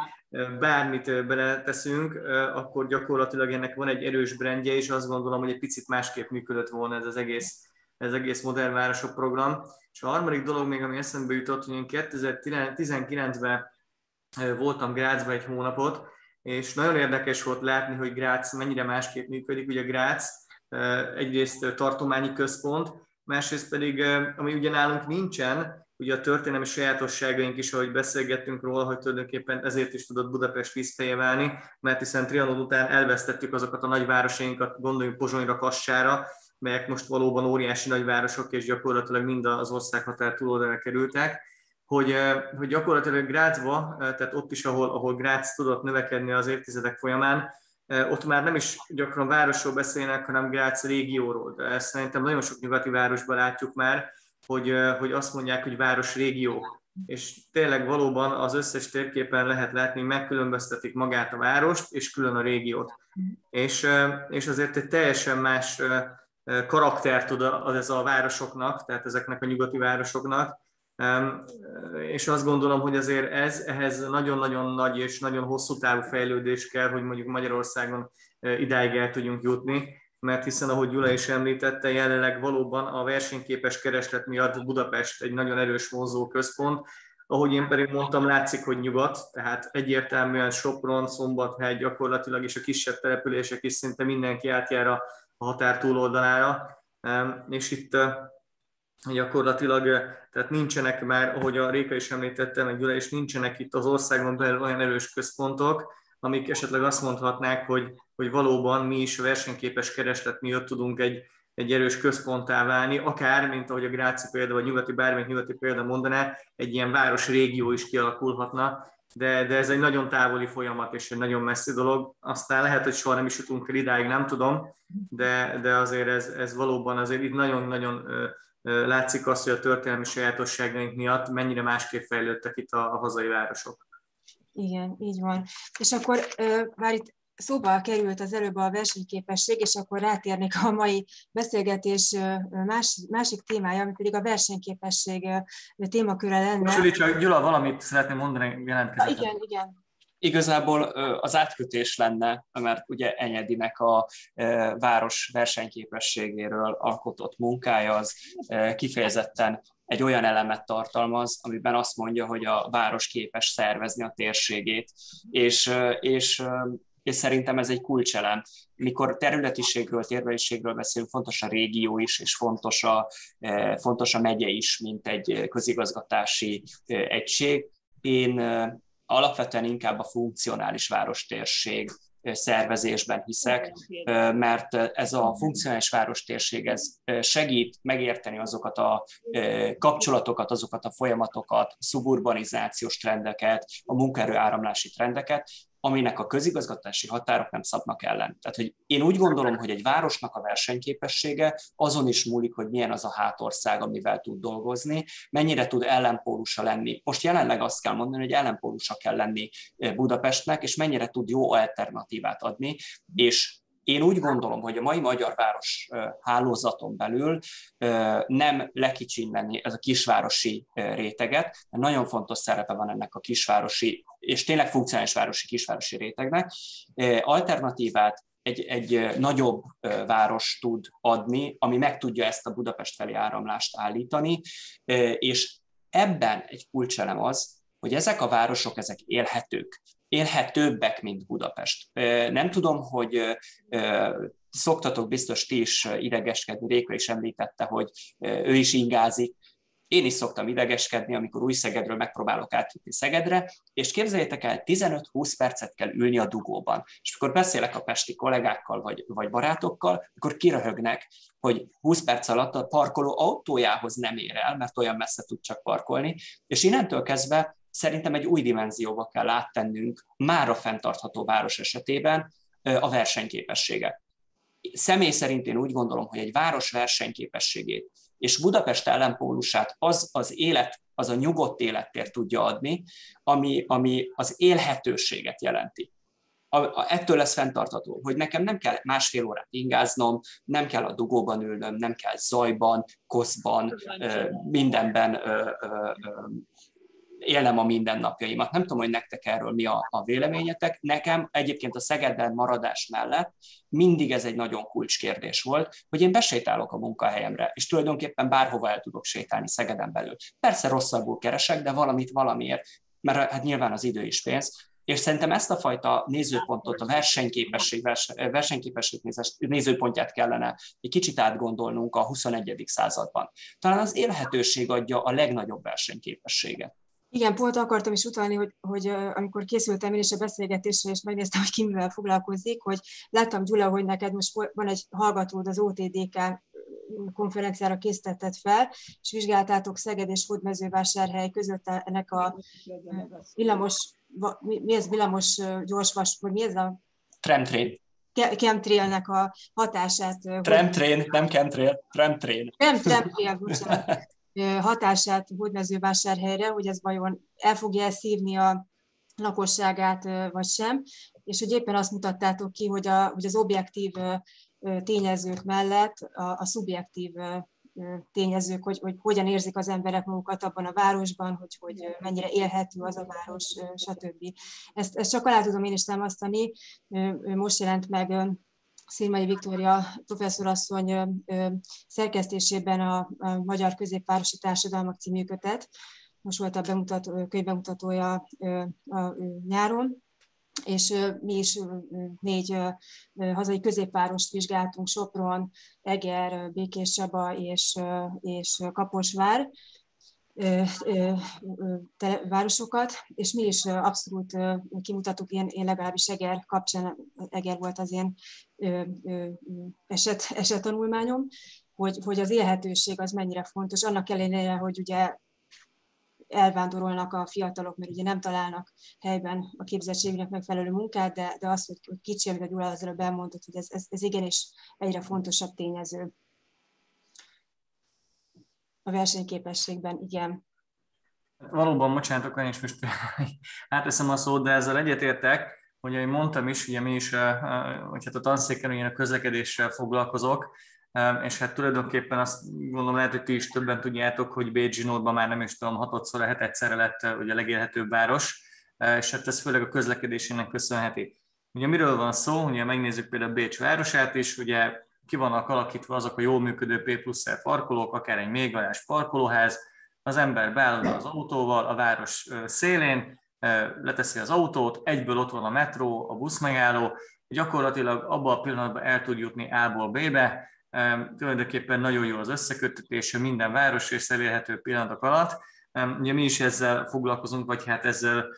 bármit beleteszünk, akkor gyakorlatilag ennek van egy erős brandje, és azt gondolom, hogy egy picit másképp működött volna ez az egész, ez egész modern városok program. És a harmadik dolog még, ami eszembe jutott, hogy én kétezer-tizenkilencben voltam Grazban egy hónapot, és nagyon érdekes volt látni, hogy Graz mennyire másképp működik. Ugye Graz egyrészt tartományi központ, másrészt pedig, ami ugye nálunk nincsen, ugye a történelmi sajátosságaink is, ahogy beszélgettünk róla, hogy tulajdonképpen ezért is tudott Budapest vízfeje válni, mert hiszen Trianon után elvesztettük azokat a nagyvárosainkat, gondoljunk Pozsonyra, Kassára, melyek most valóban óriási nagyvárosok, és gyakorlatilag mind az országhatár túloldalra kerültek, hogy, hogy gyakorlatilag Grazba, tehát ott is, ahol, ahol Graz tudott növekedni az évtizedek folyamán, ott már nem is gyakran városról beszélnek, hanem Graz régióról. De ezt szerintem nagyon sok nyugati városban látjuk már, hogy, hogy azt mondják, hogy városrégió. És tényleg valóban az összes térképen lehet látni, megkülönböztetik magát a várost, és külön a régiót. És, és azért egy teljesen más karakter tud az ez a városoknak, tehát ezeknek a nyugati városoknak. És azt gondolom, hogy azért ez, ehhez nagyon-nagyon nagy és nagyon hosszú távú fejlődés kell, hogy mondjuk Magyarországon idáig el tudjunk jutni, mert hiszen, ahogy Gyula is említette, jelenleg valóban a versenyképes kereslet miatt Budapest egy nagyon erős vonzó központ, ahogy én pedig mondtam, látszik, hogy nyugat, tehát egyértelműen Sopron, Szombathely gyakorlatilag is a kisebb települések is szinte mindenki átjár a határ túloldalára, és itt gyakorlatilag, tehát nincsenek már, ahogy a Réka is említette, meg Gyula is, nincsenek itt az országon belül olyan erős központok, amik esetleg azt mondhatnák, hogy, hogy valóban mi is versenyképes kereslet miatt tudunk egy, egy erős központtá válni, akár, mint ahogy a gráci példa, vagy nyugati, bármelyik nyugati példa mondaná, egy ilyen városrégió is kialakulhatna, de, de ez egy nagyon távoli folyamat és egy nagyon messzi dolog. Aztán lehet, hogy soha nem is jutunk el idáig, nem tudom, de, de azért ez, ez valóban azért itt nagyon-nagyon látszik az, hogy a történelmi sajátosságaink miatt mennyire másképp fejlődtek itt a, a hazai városok. Igen, így van. És akkor már itt szóba került az előbb a versenyképesség, és akkor rátérnék a mai beszélgetés más, másik témája, ami pedig a versenyképesség témaköre lenne. Most csak Gyula, valamit szeretném mondani, jelentkezett. Igen, igen. Igazából az átkötés lenne, mert ugye Enyedinek a város versenyképességéről alkotott munkája az kifejezetten egy olyan elemet tartalmaz, amiben azt mondja, hogy a város képes szervezni a térségét, és, és, és szerintem ez egy kulcselem. Mikor területiségről, térveliségről beszélünk, fontos a régió is, és fontos a, fontos a megye is, mint egy közigazgatási egység. Én alapvetően inkább a funkcionális várostérség szervezésben hiszek, mert ez a funkcionális várostérség ez segít megérteni azokat a kapcsolatokat, azokat a folyamatokat, a szuburbanizációs trendeket, a munkaerő áramlási trendeket, aminek a közigazgatási határok nem szabnak ellen. Tehát, hogy én úgy gondolom, hogy egy városnak a versenyképessége azon is múlik, hogy milyen az a hátország, amivel tud dolgozni, mennyire tud ellenpólusa lenni. Most jelenleg azt kell mondani, hogy ellenpólusa kell lenni Budapestnek, és mennyire tud jó alternatívát adni, és én úgy gondolom, hogy a mai magyar város hálózaton belül nem lekicsinyleni ez a kisvárosi réteget, mert nagyon fontos szerepe van ennek a kisvárosi, és tényleg funkcionális városi kisvárosi rétegnek. Alternatívát egy, egy nagyobb város tud adni, ami meg tudja ezt a Budapest felé áramlást állítani, és ebben egy kulcselem az, hogy ezek a városok, ezek élhetők. Élhetőbbek, mint Budapest. Nem tudom, hogy szoktatok biztos ti is idegeskedni, Réka is említette, hogy ő is ingázik. Én is szoktam idegeskedni, amikor Új-Szegedről megpróbálok átjutni Szegedre, és képzeljétek el, tizenöt-húsz percet kell ülni a dugóban. És amikor beszélek a pesti kollégákkal vagy, vagy barátokkal, akkor kiröhögnek, hogy húsz perc alatt a parkoló autójához nem ér el, mert olyan messze tud csak parkolni, és innentől kezdve szerintem egy új dimenzióba kell áttennünk már a fenntartható város esetében a versenyképességet. Személy szerint én úgy gondolom, hogy egy város versenyképességét és Budapest ellenpólusát az az élet, az a nyugodt élettér tudja adni, ami, ami az élhetőséget jelenti. A, a, ettől lesz fenntartható, hogy nekem nem kell másfél órát ingáznom, nem kell a dugóban ülnöm, nem kell zajban, koszban, mindenben ö, ö, ö, élem a mindennapjaimat. Nem tudom, hogy nektek erről mi a, a véleményetek. Nekem egyébként a Szegeden maradás mellett mindig ez egy nagyon kulcskérdés volt, hogy én besétálok a munkahelyemre, és tulajdonképpen bárhova el tudok sétálni Szegeden belül. Persze rosszabbul keresek, de valamit valamiért, mert hát nyilván az idő is pénz, és szerintem ezt a fajta nézőpontot, a versenyképesség, versenyképesség nézőpontját kellene egy kicsit átgondolnunk a huszonegyedik században. Talán az élhetőség adja a legnagyobb versenyképességet. Igen, pont akartam is utalni, hogy, hogy amikor készültem én is a beszélgetésre, és megnéztem, hogy ki mivel foglalkozik, hogy láttam, Gyula, hogy neked most van egy hallgatód, az o té dé ká konferenciára készítetted fel, és vizsgáltátok Szeged és Hódmezővásárhely között ennek a villamos, mi ez villamos gyorsvas, vagy mi ez a... Tramtrain. Chemtrailnek a hatását. Tramtrain, hogy... nem chemtrail, tramtrain. Nem tramtrail, bocsánat. Hatását Hódmezővásárhelyre, hogy ez vajon el fogja szívni a lakosságát, vagy sem, és hogy éppen azt mutattátok ki, hogy, a, hogy az objektív tényezők mellett a, a szubjektív tényezők, hogy, hogy hogyan érzik az emberek magukat abban a városban, hogy, hogy mennyire élhető az a város, stb. Ezt, ezt csak alá tudom én is támasztani. Most jelent meg Szirmai Viktória professzorasszony szerkesztésében a, a Magyar Középvárosi Társadalmak című kötet. Most volt a bemutató, könyvbemutatója a, a nyáron, és mi is négy hazai középvárost vizsgáltunk, Sopron, Eger, Békéscsaba és, és Kaposvár városokat, és mi is abszolút kimutattuk, én, én legalábbis Eger kapcsán, Eger volt az én eset, esettanulmányom, hogy, hogy az élhetőség az mennyire fontos, annak ellenére, hogy ugye elvándorolnak a fiatalok, mert ugye nem találnak helyben a képzettségüknek megfelelő munkát, de, de az, hogy kicsi, amit a Gyula az előbb elmondott, hogy ez, ez, ez igenis egyre fontosabb tényező a versenyképességben, igen. Valóban, bocsánat, akkor én is most átveszem a szót, de ezzel egyetértek, hogy ahogy mondtam is, ugye mi is, hogy hát a tanszéken ugye a közlekedéssel foglalkozok, és hát tulajdonképpen azt gondolom, lehet, hogy ti is többen tudjátok, hogy Bécs-Zsinórban már nem is tudom, hatodszor, a hetedszerre lett ugye a legélhetőbb város, és hát ez főleg a közlekedésének köszönheti. Ugye miről van szó? Ugye megnézzük például Bécs városát is, ugye ki vannak alakítva azok a jól működő P plusz R parkolók, akár egy mélygalás parkolóház, az ember beáll az autóval a város szélén, leteszi az autót, egyből ott van a metró, a buszmegálló, gyakorlatilag abban a pillanatban el tud jutni A-ból B-be, tulajdonképpen nagyon jó az összeköttetése minden város és elérhető pillanatok alatt. Ugye mi is ezzel foglalkozunk, vagy hát ezzel,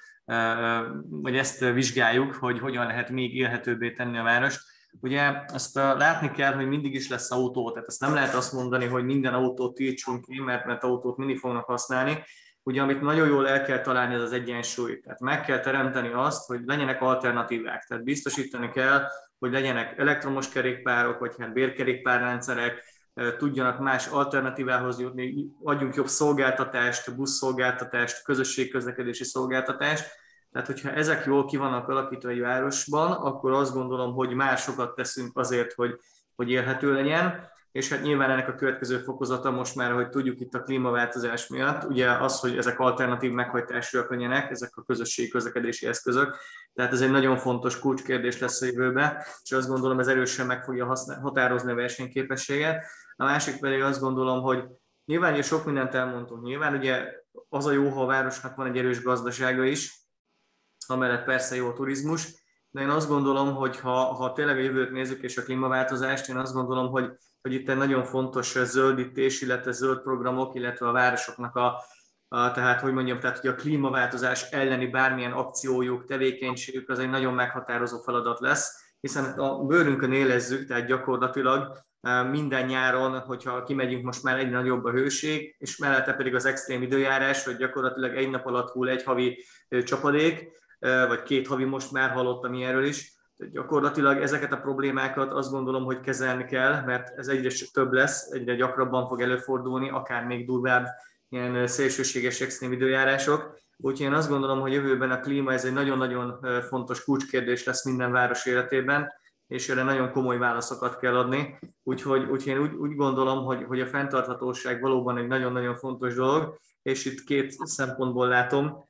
vagy ezt vizsgáljuk, hogy hogyan lehet még élhetőbbé tenni a várost. Ugye azt látni kell, hogy mindig is lesz autó, tehát ezt nem lehet azt mondani, hogy minden autót tiltsunk ki, mert, mert autót mindig fognak használni. Ugye amit nagyon jól el kell találni, ez az egyensúly. Tehát meg kell teremteni azt, hogy legyenek alternatívák. Tehát biztosítani kell, hogy legyenek elektromos kerékpárok, vagy hát bérkerékpárrendszerek, tudjanak más alternatívához jutni, adjunk jobb szolgáltatást, buszszolgáltatást, közösségközlekedési szolgáltatást. Tehát, hogyha ezek jól ki vannak alakítva egy városban, akkor azt gondolom, hogy már sokat teszünk azért, hogy, hogy élhető legyen. És hát nyilván ennek a következő fokozata most már, hogy tudjuk itt a klímaváltozás miatt, ugye az, hogy ezek alternatív meghajtásúak legyenek, ezek a közösségi közlekedési eszközök. Tehát ez egy nagyon fontos kulcskérdés lesz a jövőben, és azt gondolom, ez erősen meg fogja használ, határozni a versenyképességet. A másik pedig azt gondolom, hogy nyilván ugye sok mindent elmondtunk. Nyilván ugye az a jó, ha a városnak van egy erős gazdasága is, amellett persze jó a turizmus, de én azt gondolom, hogy ha, ha tényleg a jövőt nézzük és a klímaváltozást, én azt gondolom, hogy, hogy itt egy nagyon fontos zöldítés, illetve zöld programok, illetve a városoknak a, a tehát, hogy mondjam, tehát, hogy a klímaváltozás elleni bármilyen akciójuk, tevékenységük az egy nagyon meghatározó feladat lesz, hiszen a bőrünkön élezzük, tehát gyakorlatilag minden nyáron, hogyha kimegyünk, most már egyre nagyobb a hőség, és mellette pedig az extrém időjárás, hogy gyakorlatilag egy nap alatt hull egy havi csapadék, vagy két havi, most már hallottam ilyenről is. Gyakorlatilag ezeket a problémákat azt gondolom, hogy kezelni kell, mert ez egyre több lesz, egyre gyakrabban fog előfordulni, akár még durvább ilyen szélsőséges extrém időjárások. Úgyhogy én azt gondolom, hogy jövőben a klíma ez egy nagyon-nagyon fontos kulcskérdés lesz minden város életében, és erre nagyon komoly válaszokat kell adni. Úgyhogy, úgyhogy én úgy, úgy gondolom, hogy, hogy a fenntarthatóság valóban egy nagyon-nagyon fontos dolog, és itt két szempontból látom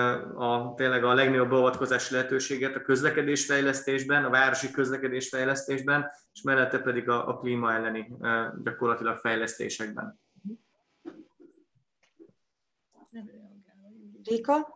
a, tényleg a legnagyobb beavatkozási lehetőséget a közlekedésfejlesztésben, a városi közlekedésfejlesztésben, és mellette pedig a, a klíma elleni gyakorlatilag fejlesztésekben. Réka?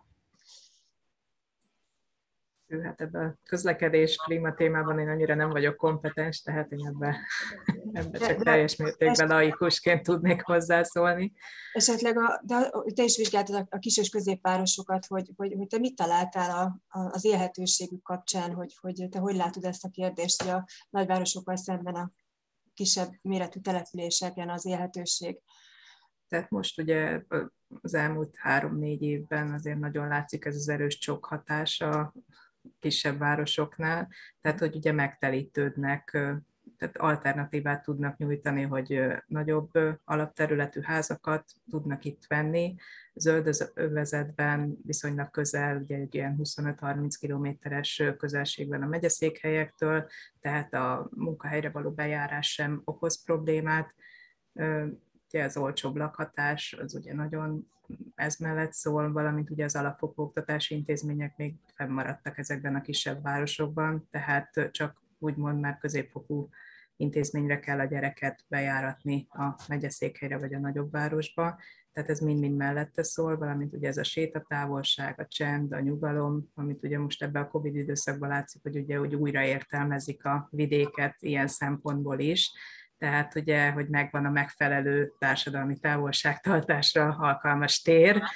Hát ebben a közlekedés klíma témában én annyira nem vagyok kompetens, tehát én ebben, ebben csak teljes mértékben laikusként tudnék hozzászólni. Esetleg, a, de te is vizsgáltad a, a kis és középvárosokat, hogy, hogy, hogy te mit találtál a, a, az élhetőségük kapcsán, hogy, hogy te hogy látod ezt a kérdést, hogy a nagyvárosokkal szemben a kisebb méretű településeken az élhetőség? Tehát most ugye az elmúlt három-négy évben azért nagyon látszik ez az erős csokhatás a kisebb városoknál, tehát hogy ugye megtelítődnek, tehát alternatívát tudnak nyújtani, hogy nagyobb alapterületű házakat tudnak itt venni, zöld övezetben viszonylag közel, ugye egy ilyen huszonöt-harminc kilométeres közelségben a megyeszékhelyektől, tehát a munkahelyre való bejárás sem okoz problémát. Ugye az olcsóbb lakhatás, az ugye nagyon ez mellett szól, valamint ugye az alapfokú oktatási intézmények még fennmaradtak ezekben a kisebb városokban, tehát csak úgymond már középfokú intézményre kell a gyereket bejáratni a megyeszékhelyre vagy a nagyobb városba, tehát ez mind-mind mellette szól, valamint ugye ez a sétatávolság, a csend, a nyugalom, amit ugye most ebben a Covid időszakban látszik, hogy ugye hogy újra értelmezik a vidéket ilyen szempontból is, tehát ugye, hogy megvan a megfelelő társadalmi távolságtartásra alkalmas tér,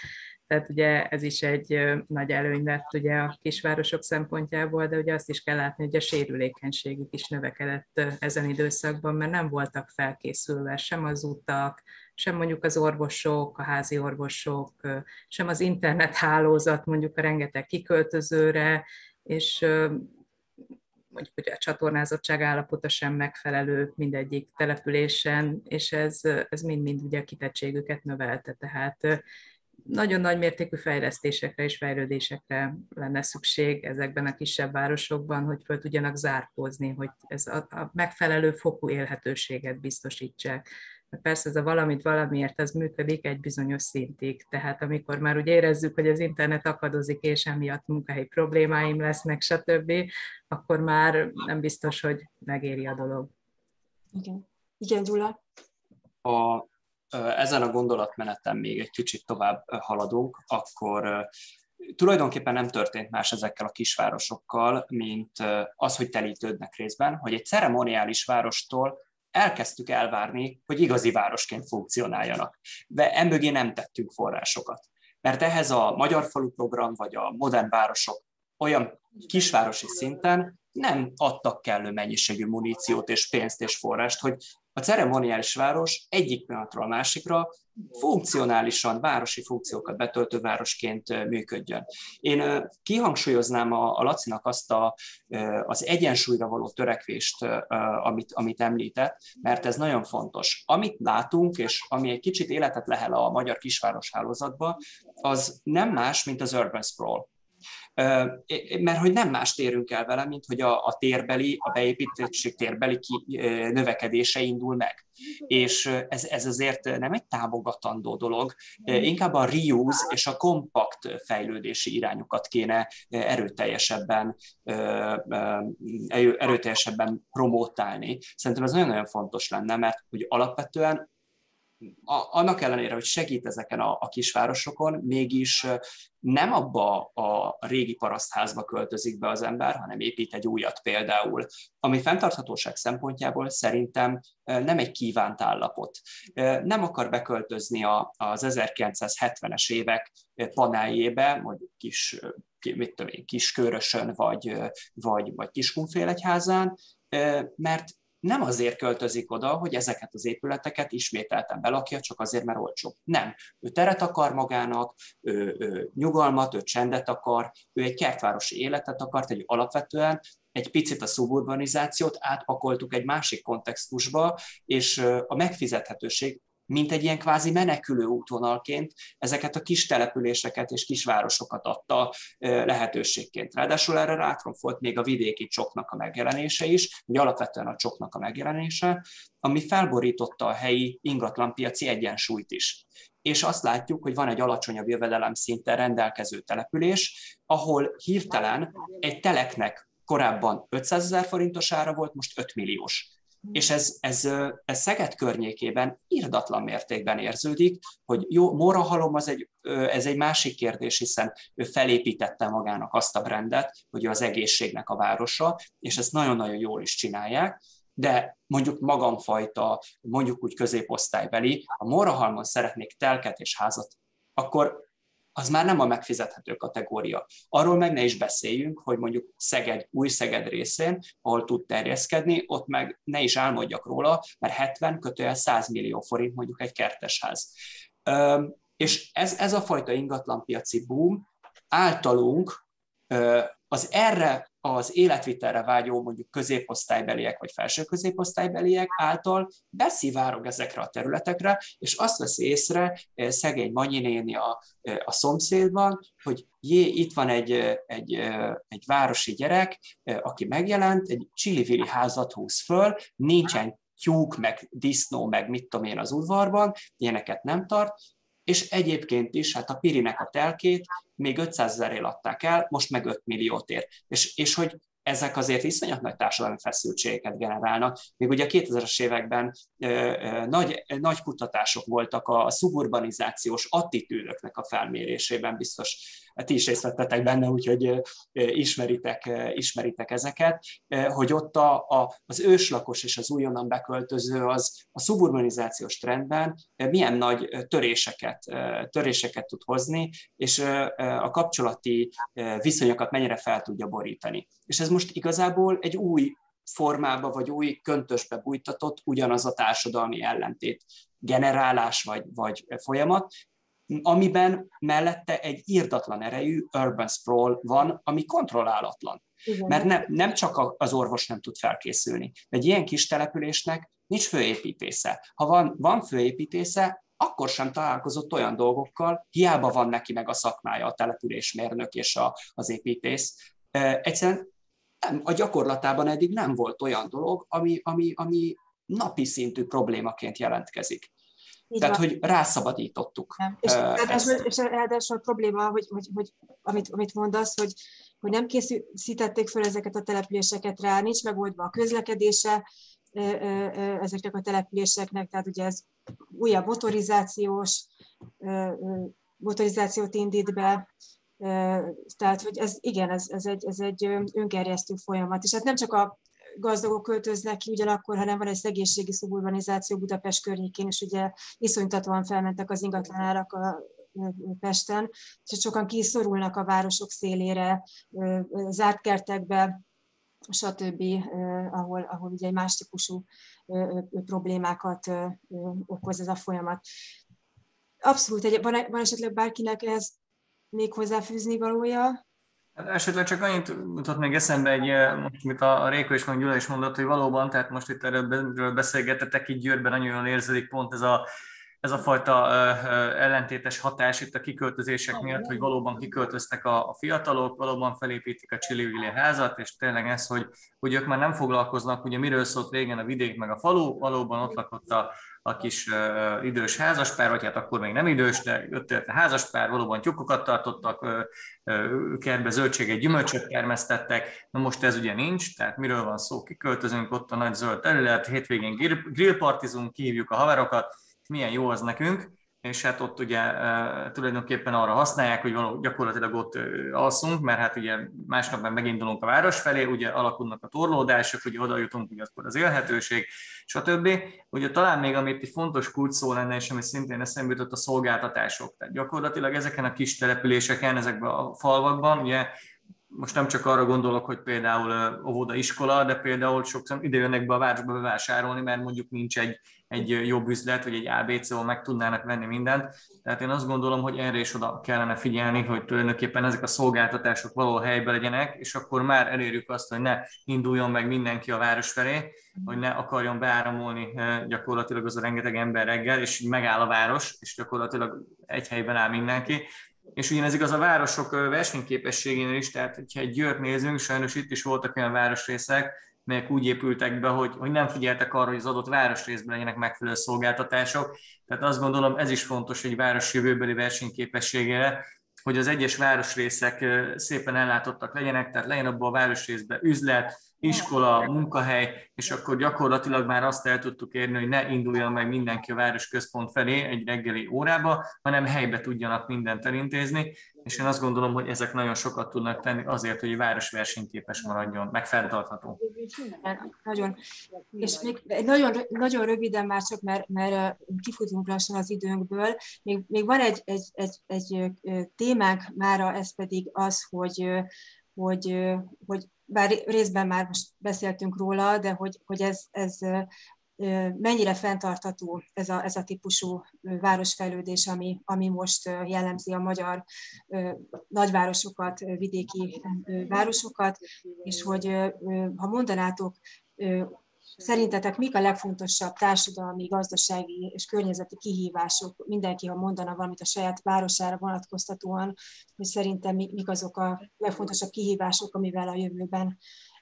Tehát ugye ez is egy nagy előny lett ugye a kisvárosok szempontjából, de ugye azt is kell látni, hogy a sérülékenységük is növekedett ezen időszakban, mert nem voltak felkészülve sem az utak, sem mondjuk az orvosok, a házi orvosok, sem az internethálózat mondjuk a rengeteg kiköltözőre, és mondjuk hogy a csatornázottság állapota sem megfelelő mindegyik településen, és ez, ez mind-mind ugye a kitettségüket növelte. Tehát nagyon nagy mértékű fejlesztésekre és fejlődésekre lenne szükség ezekben a kisebb városokban, hogy föl tudjanak zárkózni, hogy ez a, a megfelelő fokú élhetőséget biztosítsák. Persze ez a valamit valamiért ez működik egy bizonyos szintig, tehát amikor már úgy érezzük, hogy az internet akadozik, és emiatt munkahelyi problémáim lesznek, stb., akkor már nem biztos, hogy megéri a dolog. Igen, Igen Gyula? A, ezen a gondolatmeneten még egy kicsit tovább haladunk, akkor tulajdonképpen nem történt más ezekkel a kisvárosokkal, mint az, hogy telítődnek részben, hogy egy ceremoniális várostól elkezdtük elvárni, hogy igazi városként funkcionáljanak. De emögé nem tettünk forrásokat. Mert ehhez a Magyar Falu Program vagy a Modern Városok olyan kisvárosi szinten nem adtak kellő mennyiségű muníciót és pénzt és forrást, hogy a ceremoniális város egyik pillanatról a másikra funkcionálisan városi funkciókat betöltő városként működjön. Én kihangsúlyoznám a, a Lacinak azt a, az egyensúlyra való törekvést, amit, amit említett, mert ez nagyon fontos. Amit látunk, és ami egy kicsit életet lehel a magyar kisváros hálózatba, az nem más, mint az urban sprawl. Mert hogy nem más térünk el vele, mint hogy a, a térbeli, a beépítettség térbeli ki, növekedése indul meg. És ez, ez azért nem egy támogatandó dolog, inkább a reuse és a kompakt fejlődési irányokat kéne erőteljesebben, erőteljesebben promótálni. Szerintem ez nagyon-nagyon fontos lenne, mert hogy alapvetően A, annak ellenére, hogy segít ezeken a, a kisvárosokon, mégis nem abba a régi parasztházba költözik be az ember, hanem épít egy újat például, ami fenntarthatóság szempontjából szerintem nem egy kívánt állapot. Nem akar beköltözni a, az ezerkilencszázhetvenes évek paneljébe, mondjuk kis, mit tudom én, Kiskörösön vagy, vagy, vagy Kiskunfélegyházán, mert nem azért költözik oda, hogy ezeket az épületeket ismételten belakja, csak azért, mert olcsóbb. Nem. Ő teret akar magának, ő, ő nyugalmat, ő csendet akar, ő egy kertvárosi életet akart, egy alapvetően egy picit a szuburbanizációt átpakoltuk egy másik kontextusba, és a megfizethetőség, mint egy ilyen kvázi menekülő útvonalként ezeket a kis településeket és kisvárosokat adta lehetőségként. Ráadásul erre rátromfolt még a vidéki csoknak a megjelenése is, vagy alapvetően a csoknak a megjelenése, ami felborította a helyi ingatlanpiaci egyensúlyt is. És azt látjuk, hogy van egy alacsonyabb jövedelemszinten rendelkező település, ahol hirtelen egy teleknek korábban ötszázezer forintos ára volt, most öt milliós. És ez, ez, ez Szeged környékében irdatlan mértékben érződik, hogy jó, Mórahalom az egy, ez egy másik kérdés, hiszen ő felépítette magának azt a brandet, hogy ő az egészségnek a városa, és ezt nagyon-nagyon jól is csinálják, de mondjuk magamfajta, mondjuk úgy középosztálybeli, ha Mórahalmon szeretnék telket és házat, akkor az már nem a megfizethető kategória. Arról meg ne is beszéljünk, hogy mondjuk Szeged, új Szeged részén, ahol tud terjeszkedni, ott meg ne is álmodjak róla, mert hetven kötőjel száz millió forint mondjuk egy kertesház. És ez, ez a fajta ingatlanpiaci boom általunk az erre az életvitelre vágyó mondjuk középosztálybeliek vagy felső középosztálybeliek által beszivárog ezekre a területekre, és azt veszi észre szegény Manyi néni a, a szomszédban, hogy jé, itt van egy, egy, egy városi gyerek, aki megjelent, egy csili-vili házat húz föl, nincsen tyúk, meg disznó, meg mit tudom én az udvarban, ilyeneket nem tart, és egyébként is, hát a Pirinek a telkét még ötszázezerért adták el, most meg öt milliót ér. És, és hogy ezek azért iszonyat nagy társadalmi feszültségeket generálnak. Még ugye a kétezres években ö, ö, nagy, nagy kutatások voltak a, a szuburbanizációs attitűdöknek a felmérésében, biztos ti is részt vettetek benne, úgyhogy ismeritek, ismeritek ezeket, hogy ott a, a, az őslakos és az újonnan beköltöző az a szuburbanizációs trendben milyen nagy töréseket, töréseket tud hozni, és a kapcsolati viszonyokat mennyire fel tudja borítani. És ez most igazából egy új formába vagy új köntösbe bújtatott ugyanaz a társadalmi ellentét generálás vagy, vagy folyamat, amiben mellette egy irdatlan erejű urban sprawl van, ami kontrollálatlan. Igen. Mert ne, nem csak az orvos nem tud felkészülni. Egy ilyen kis településnek nincs főépítésze. Ha van, van főépítésze, akkor sem találkozott olyan dolgokkal, hiába van neki meg a szakmája, a településmérnök és a, az építész. Egyszerűen nem, a gyakorlatában eddig nem volt olyan dolog, ami, ami, ami napi szintű problémaként jelentkezik. Így Tehát, van. Hogy rászabadítottuk. Nem. És ráadásul a probléma, hogy, hogy, hogy amit, amit mondasz, hogy, hogy nem készítették föl ezeket a településeket rá, nincs megoldva a közlekedése ezeknek a településeknek, tehát ugye ez újabb motorizációs, motorizációt indít be, tehát hogy ez igen, ez, ez, egy, ez egy öngerjesztő folyamat. És hát nem csak a gazdagok költöznek ki ugyanakkor, hanem van egy szegénységi szuburbanizáció Budapest környékén, és ugye iszonytatóan felmentek az ingatlanárak a Pesten, és sokan kiszorulnak a városok szélére, zárt kertekbe, stb., ahol, ahol ugye egy más típusú problémákat okoz ez a folyamat. Abszolút, egy, van, van esetleg bárkinek ez még hozzáfűzni valója? Hát esetleg csak annyit jutott még eszembe, egy, amit a Réka és meg Gyula is mondott, hogy valóban, tehát most itt erről beszélgettetek, itt Győrben nagyon érződik pont ez a, ez a fajta ellentétes hatás itt a kiköltözések miatt, hogy valóban kiköltöztek a, a fiatalok, valóban felépítik a Csili-Vili házat, és tényleg ez, hogy, hogy ők már nem foglalkoznak, ugye miről szólt régen a vidék meg a falu, valóban ott lakott a, a kis uh, idős házaspár, vagy hát akkor még nem idős, de ott a házaspár, valóban tyúkokat tartottak, uh, uh, kertbe zöldséget, gyümölcsöt termesztettek, na most ez ugye nincs, tehát miről van szó, kiköltözünk, ott a nagy zöld terület, hétvégén grillpartizunk, kihívjuk a haverokat, milyen jó az nekünk, és hát ott ugye uh, tulajdonképpen arra használják, hogy való, gyakorlatilag ott uh, alszunk, mert hát ugye másnap már megindulunk a város felé, ugye alakulnak a torlódások, ugye oda jutunk, ugye akkor az élhetőség, stb. Ugye talán még amit egy fontos kulcs szó lenne, és ami szintén eszembe jutott, a szolgáltatások. Tehát gyakorlatilag ezeken a kis településeken, ezekben a falvakban, ugye most nem csak arra gondolok, hogy például óvoda, iskola, de például sokszor ide jönnek be a városba bevásárolni, mert mondjuk nincs egy, egy jobb üzlet, vagy egy á bé cé, ahol meg tudnának venni mindent. Tehát én azt gondolom, hogy erre is oda kellene figyelni, hogy tulajdonképpen ezek a szolgáltatások valahol helyben legyenek, és akkor már elérjük azt, hogy ne induljon meg mindenki a város felé, hogy ne akarjon beáramolni gyakorlatilag az a rengeteg ember reggel, és megáll a város, és gyakorlatilag egy helyben áll mindenki. És ugyanez igaz a városok versenyképességénél is, tehát ha egy Győrt nézünk, sajnos itt is voltak olyan városrészek, melyek úgy épültek be, hogy, hogy nem figyeltek arra, hogy az adott városrészben legyenek megfelelő szolgáltatások. Tehát azt gondolom, ez is fontos egy város jövőbeli versenyképességére, hogy az egyes városrészek szépen ellátottak legyenek, tehát legyen abban a városrészben üzlet, iskola, munkahely, és akkor gyakorlatilag már azt el tudtuk érni, hogy ne induljon meg mindenki a városközpont felé egy reggeli órába, hanem helybe tudjanak mindent elintézni, és én azt gondolom, hogy ezek nagyon sokat tudnak tenni azért, hogy a város versenyképes maradjon, meg fenntartható. Nagyon. És még nagyon, nagyon röviden már csak, mert, mert kifutunk lassan az időnkből, még, még van egy, egy, egy, egy témánk mára, ez pedig az, hogy, hogy, hogy bár részben már most beszéltünk róla, de hogy, hogy ez, ez mennyire fenntartható ez a, ez a típusú városfejlődés, ami, ami most jellemzi a magyar nagyvárosokat, vidéki városokat, és hogy ha mondanátok, szerintetek mik a legfontosabb társadalmi, gazdasági és környezeti kihívások? Mindenki, ha mondana valamit a saját városára vonatkoztatóan, hogy szerintem mik azok a legfontosabb kihívások, amivel a jövőben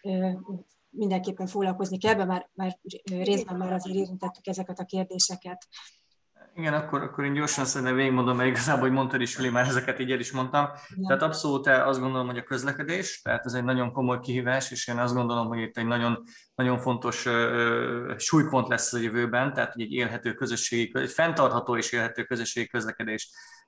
mindenképpen foglalkozni kell, mert már, már részben már azért érintettük ezeket a kérdéseket. Igen, akkor, akkor én gyorsan szerintem végigmondom, mert igazából, hogy mondtad is, Fili, már ezeket így el is mondtam. Igen. Tehát abszolút azt gondolom, hogy a közlekedés, tehát ez egy nagyon komoly kihívás, és én azt gondolom, hogy itt egy nagyon, nagyon fontos uh, súlypont lesz a jövőben, tehát egy élhető közösségi, egy fenntartható és élhető közösségi közlekedést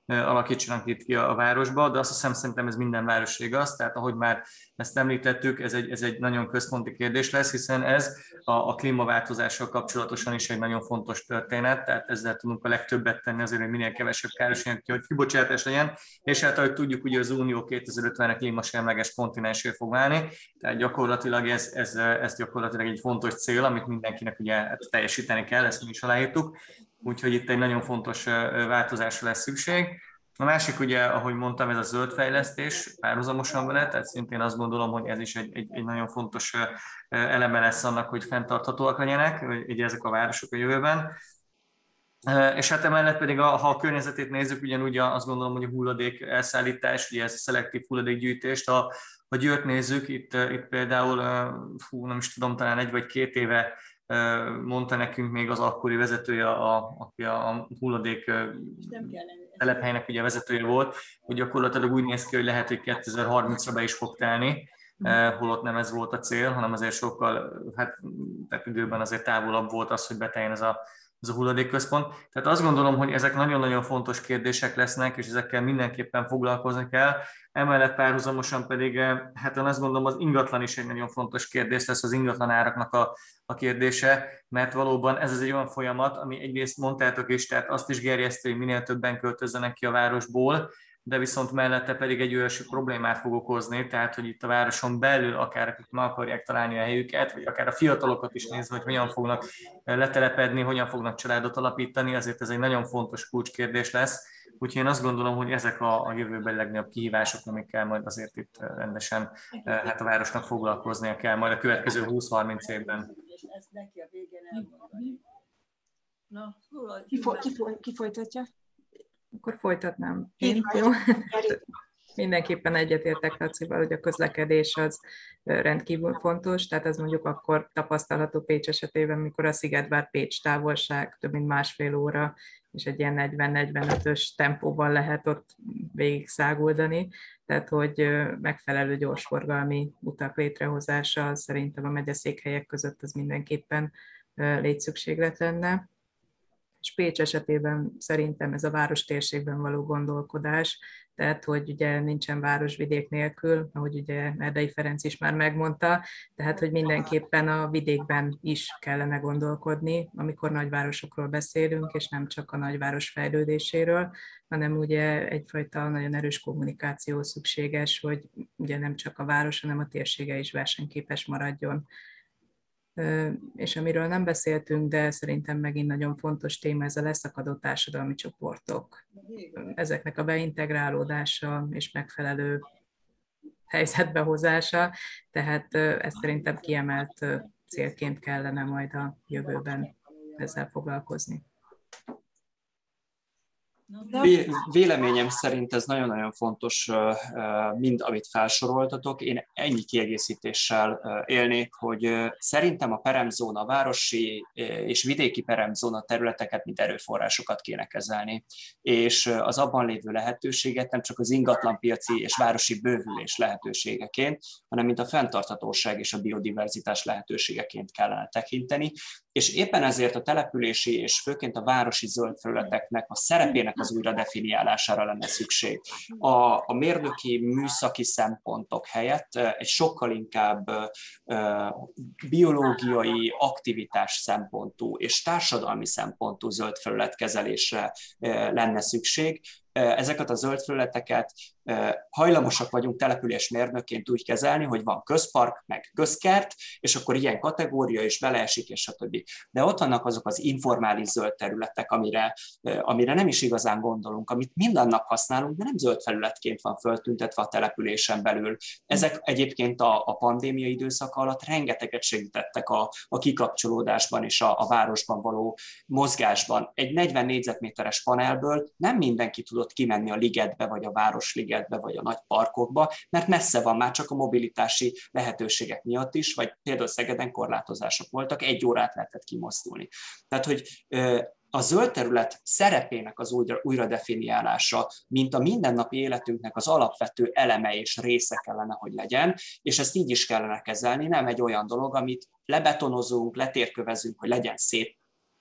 alakítsanak itt ki a városba, de azt hiszem, szerintem ez minden város igaz, tehát ahogy már ezt említettük, ez egy, ez egy nagyon központi kérdés lesz, hiszen ez a, a klímaváltozással kapcsolatosan is egy nagyon fontos történet, tehát ezzel tudunk a legtöbbet tenni azért, hogy minél kevesebb károsanyag kibocsátás legyen, és hát ahogy tudjuk, ugye az Unió kétezer-ötvenre klímasemleges kontinensé fog válni, tehát gyakorlatilag ez, ez, ez gyakorlatilag egy fontos cél, amit mindenkinek ugye teljesíteni kell, ezt mi is aláírtuk, úgyhogy itt egy nagyon fontos változásra lesz szükség. A másik ugye, ahogy mondtam, ez a zöld fejlesztés párhuzamosan vele, tehát szintén azt gondolom, hogy ez is egy, egy, egy nagyon fontos eleme lesz annak, hogy fenntarthatóak legyenek ugye ezek a városok a jövőben. És hát emellett pedig, ha a környezetét nézzük, ugyanúgy azt gondolom, hogy a hulladék elszállítás, ugye ez a szelektív hulladékgyűjtést, ha, ha Győrt nézzük, itt, itt például, fú, nem is tudom, talán egy vagy két éve mondta nekünk még az akkori vezetője, a, aki a hulladék telephelynek ugye vezetője volt, hogy gyakorlatilag úgy néz ki, hogy lehet, hogy kétezer-harmincra be is fog telni, holott nem ez volt a cél, hanem azért sokkal, hát tehát időben azért távolabb volt az, hogy beteljen ez a ez a hulladékközpont. Tehát azt gondolom, hogy ezek nagyon-nagyon fontos kérdések lesznek, és ezekkel mindenképpen foglalkozni kell. Emellett párhuzamosan pedig, hát én azt gondolom, az ingatlan is egy nagyon fontos kérdés lesz, az ingatlan áraknak a, a kérdése, mert valóban ez az egy olyan folyamat, ami egyrészt mondtátok is, tehát azt is gerjesztő, hogy minél többen költözzenek ki a városból, de viszont mellette pedig egy olyasmi problémát fog okozni, tehát hogy itt a városon belül akár akik meg akarják találni a helyüket, vagy akár a fiatalokat is nézve, hogy hogyan fognak letelepedni, hogyan fognak családot alapítani, azért ez egy nagyon fontos kulcskérdés lesz. Úgyhogy én azt gondolom, hogy ezek a, a jövőben legnagyobb kihívások, amikkel majd azért itt rendesen hát a városnak foglalkoznia kell majd a következő húsz-harminc évben. Ki, fo- ki, fo- ki folytatja? Akkor folytatnám. Én, jó? Mindenképpen egyetértek Lacival, hogy a közlekedés az rendkívül fontos, tehát ez mondjuk akkor tapasztalható Pécs esetében, mikor a Szigetvár-Pécs távolság több mint másfél óra, és egy ilyen negyven-negyvenötös tempóban lehet ott végig száguldani, tehát hogy megfelelő gyorsforgalmi utak létrehozása szerintem a megyeszékhelyek között az mindenképpen létszükséglet lenne. És Pécs esetében szerintem ez a város térségben való gondolkodás, tehát hogy ugye nincsen városvidék nélkül, ahogy ugye Erdei Ferenc is már megmondta, tehát hogy mindenképpen a vidékben is kellene gondolkodni, amikor nagyvárosokról beszélünk, és nem csak a nagyváros fejlődéséről, hanem ugye egyfajta nagyon erős kommunikáció szükséges, hogy ugye nem csak a város, hanem a térsége is versenyképes maradjon. És amiről nem beszéltünk, de szerintem megint nagyon fontos téma, ez a leszakadó társadalmi csoportok. Ezeknek a beintegrálódása és megfelelő helyzetbe hozása, tehát ez szerintem kiemelt célként kellene majd a jövőben ezzel foglalkozni. Véleményem szerint ez nagyon-nagyon fontos, mind amit felsoroltatok. Én ennyi kiegészítéssel élnék, hogy szerintem a peremzóna, városi és vidéki peremzóna területeket, mint erőforrásokat kéne kezelni, és az abban lévő lehetőséget nem csak az ingatlanpiaci és városi bővülés lehetőségeként, hanem mint a fenntarthatóság és a biodiverzitás lehetőségeként kellene tekinteni, és éppen ezért a települési és főként a városi zöld területeknek a szerepének az újra definiálására lenne szükség. A, a mérnöki, műszaki szempontok helyett egy sokkal inkább biológiai aktivitás szempontú és társadalmi szempontú zöld felületkezelésre lenne szükség. Ezeket a zöld felületeket hajlamosak vagyunk településmérnökként úgy kezelni, hogy van közpark, meg közkert, és akkor ilyen kategória is beleesik, és stb. De ott vannak azok az informális zöld területek, amire, amire nem is igazán gondolunk, amit minden nap használunk, de nem zöld felületként van föltüntetve a településen belül. Ezek egyébként a, a pandémia időszaka alatt rengeteget segítettek a, a kikapcsolódásban és a, a városban való mozgásban. Egy negyven négyzetméteres panelből nem mindenki tudott kimenni a ligetbe, vagy a városligetbe, vagy a nagy parkokba, mert messze van már csak a mobilitási lehetőségek miatt is, vagy például Szegeden korlátozások voltak, egy órát lehetett kimozdulni. Tehát, hogy a zöld terület szerepének az újra, újra definiálása, mint a mindennapi életünknek az alapvető eleme és része kellene, hogy legyen, és ezt így is kellene kezelni, nem egy olyan dolog, amit lebetonozunk, letérkövezünk, hogy legyen szép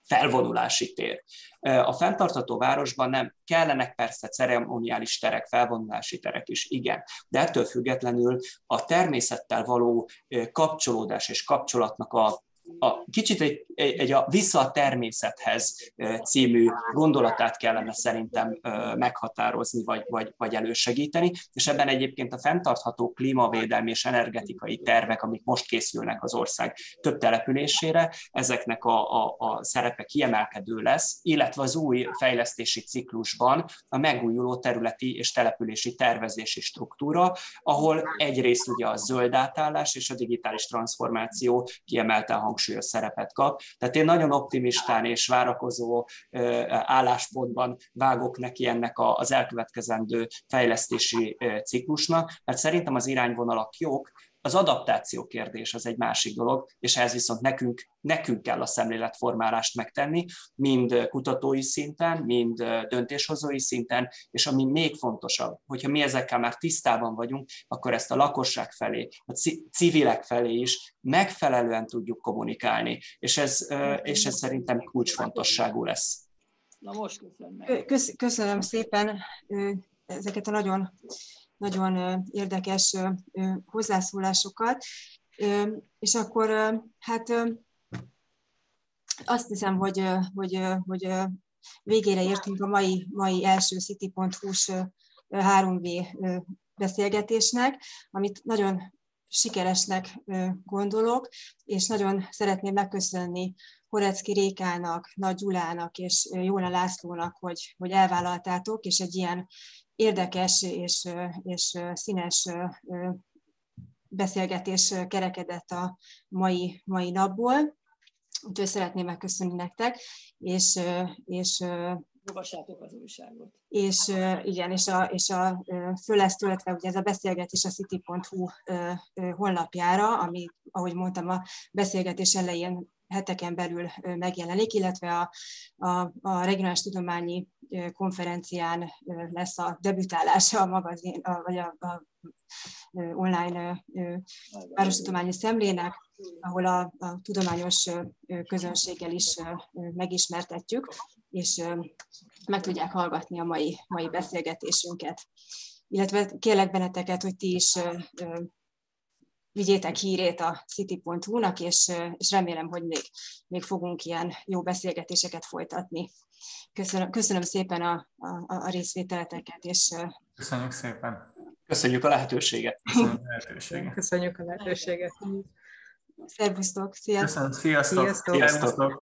felvonulási tér. A fenntartható városban nem kellenek persze ceremoniális terek, felvonulási terek is, igen, de ettől függetlenül a természettel való kapcsolódás és kapcsolatnak a A, kicsit egy, egy a Vissza a természethez című gondolatát kellene szerintem meghatározni, vagy, vagy, vagy elősegíteni, és ebben egyébként a fenntartható klímavédelmi és energetikai tervek, amik most készülnek az ország több településére, ezeknek a, a, a szerepe kiemelkedő lesz, illetve az új fejlesztési ciklusban a megújuló területi és települési tervezési struktúra, ahol egyrészt ugye a zöld átállás és a digitális transformáció kiemelten hangsúlyos szerepet kap. Tehát én nagyon optimistán és várakozó álláspontban vágok neki ennek az elkövetkezendő fejlesztési ciklusnak, mert szerintem az irányvonalak jók, az adaptáció kérdés az egy másik dolog, és ehhez viszont nekünk, nekünk kell a szemléletformálást megtenni, mind kutatói szinten, mind döntéshozói szinten, és ami még fontosabb, hogyha mi ezekkel már tisztában vagyunk, akkor ezt a lakosság felé, a civilek felé is megfelelően tudjuk kommunikálni, és ez, és ez szerintem kulcsfontosságú lesz. Na most köszönöm. Köszönöm szépen ezeket a nagyon nagyon érdekes hozzászólásokat, és akkor hát azt hiszem, hogy, hogy, hogy végére értünk a mai, mai első city pont hu-s három vé beszélgetésnek, amit nagyon sikeresnek gondolok, és nagyon szeretném megköszönni Horecki Rékának, Nagy Gyulának és Jóna Lászlónak, hogy, hogy elvállaltátok, és egy ilyen érdekes és, és színes beszélgetés kerekedett a mai, mai napból. Úgyhogy szeretném megköszönni nektek, és, és olvassátok az újságot. És igen, és a, és a föl lesz töltve ugye ez a beszélgetés a city pont hu honlapjára, ami, ahogy mondtam, a beszélgetés elején heteken belül megjelenik, illetve a, a, a regionális tudományi konferencián lesz a debütálása a magazin, a, vagy a, a online várostudományi szemlének, ahol a, a tudományos közönséggel is megismertetjük, és meg tudják hallgatni a mai, mai beszélgetésünket. Illetve kérlek benneteket, hogy ti is vigyétek hírét a city pont hu-nak, és, és remélem, hogy még, még fogunk ilyen jó beszélgetéseket folytatni. Köszönöm, köszönöm szépen a, a, a részvételeteket. És, köszönjük szépen. Köszönjük a lehetőséget. Köszönjük a lehetőséget. Köszönjük a lehetőséget. Szervusztok, sziasztok. Köszönöm, sziasztok. Sziasztok. Sziasztok.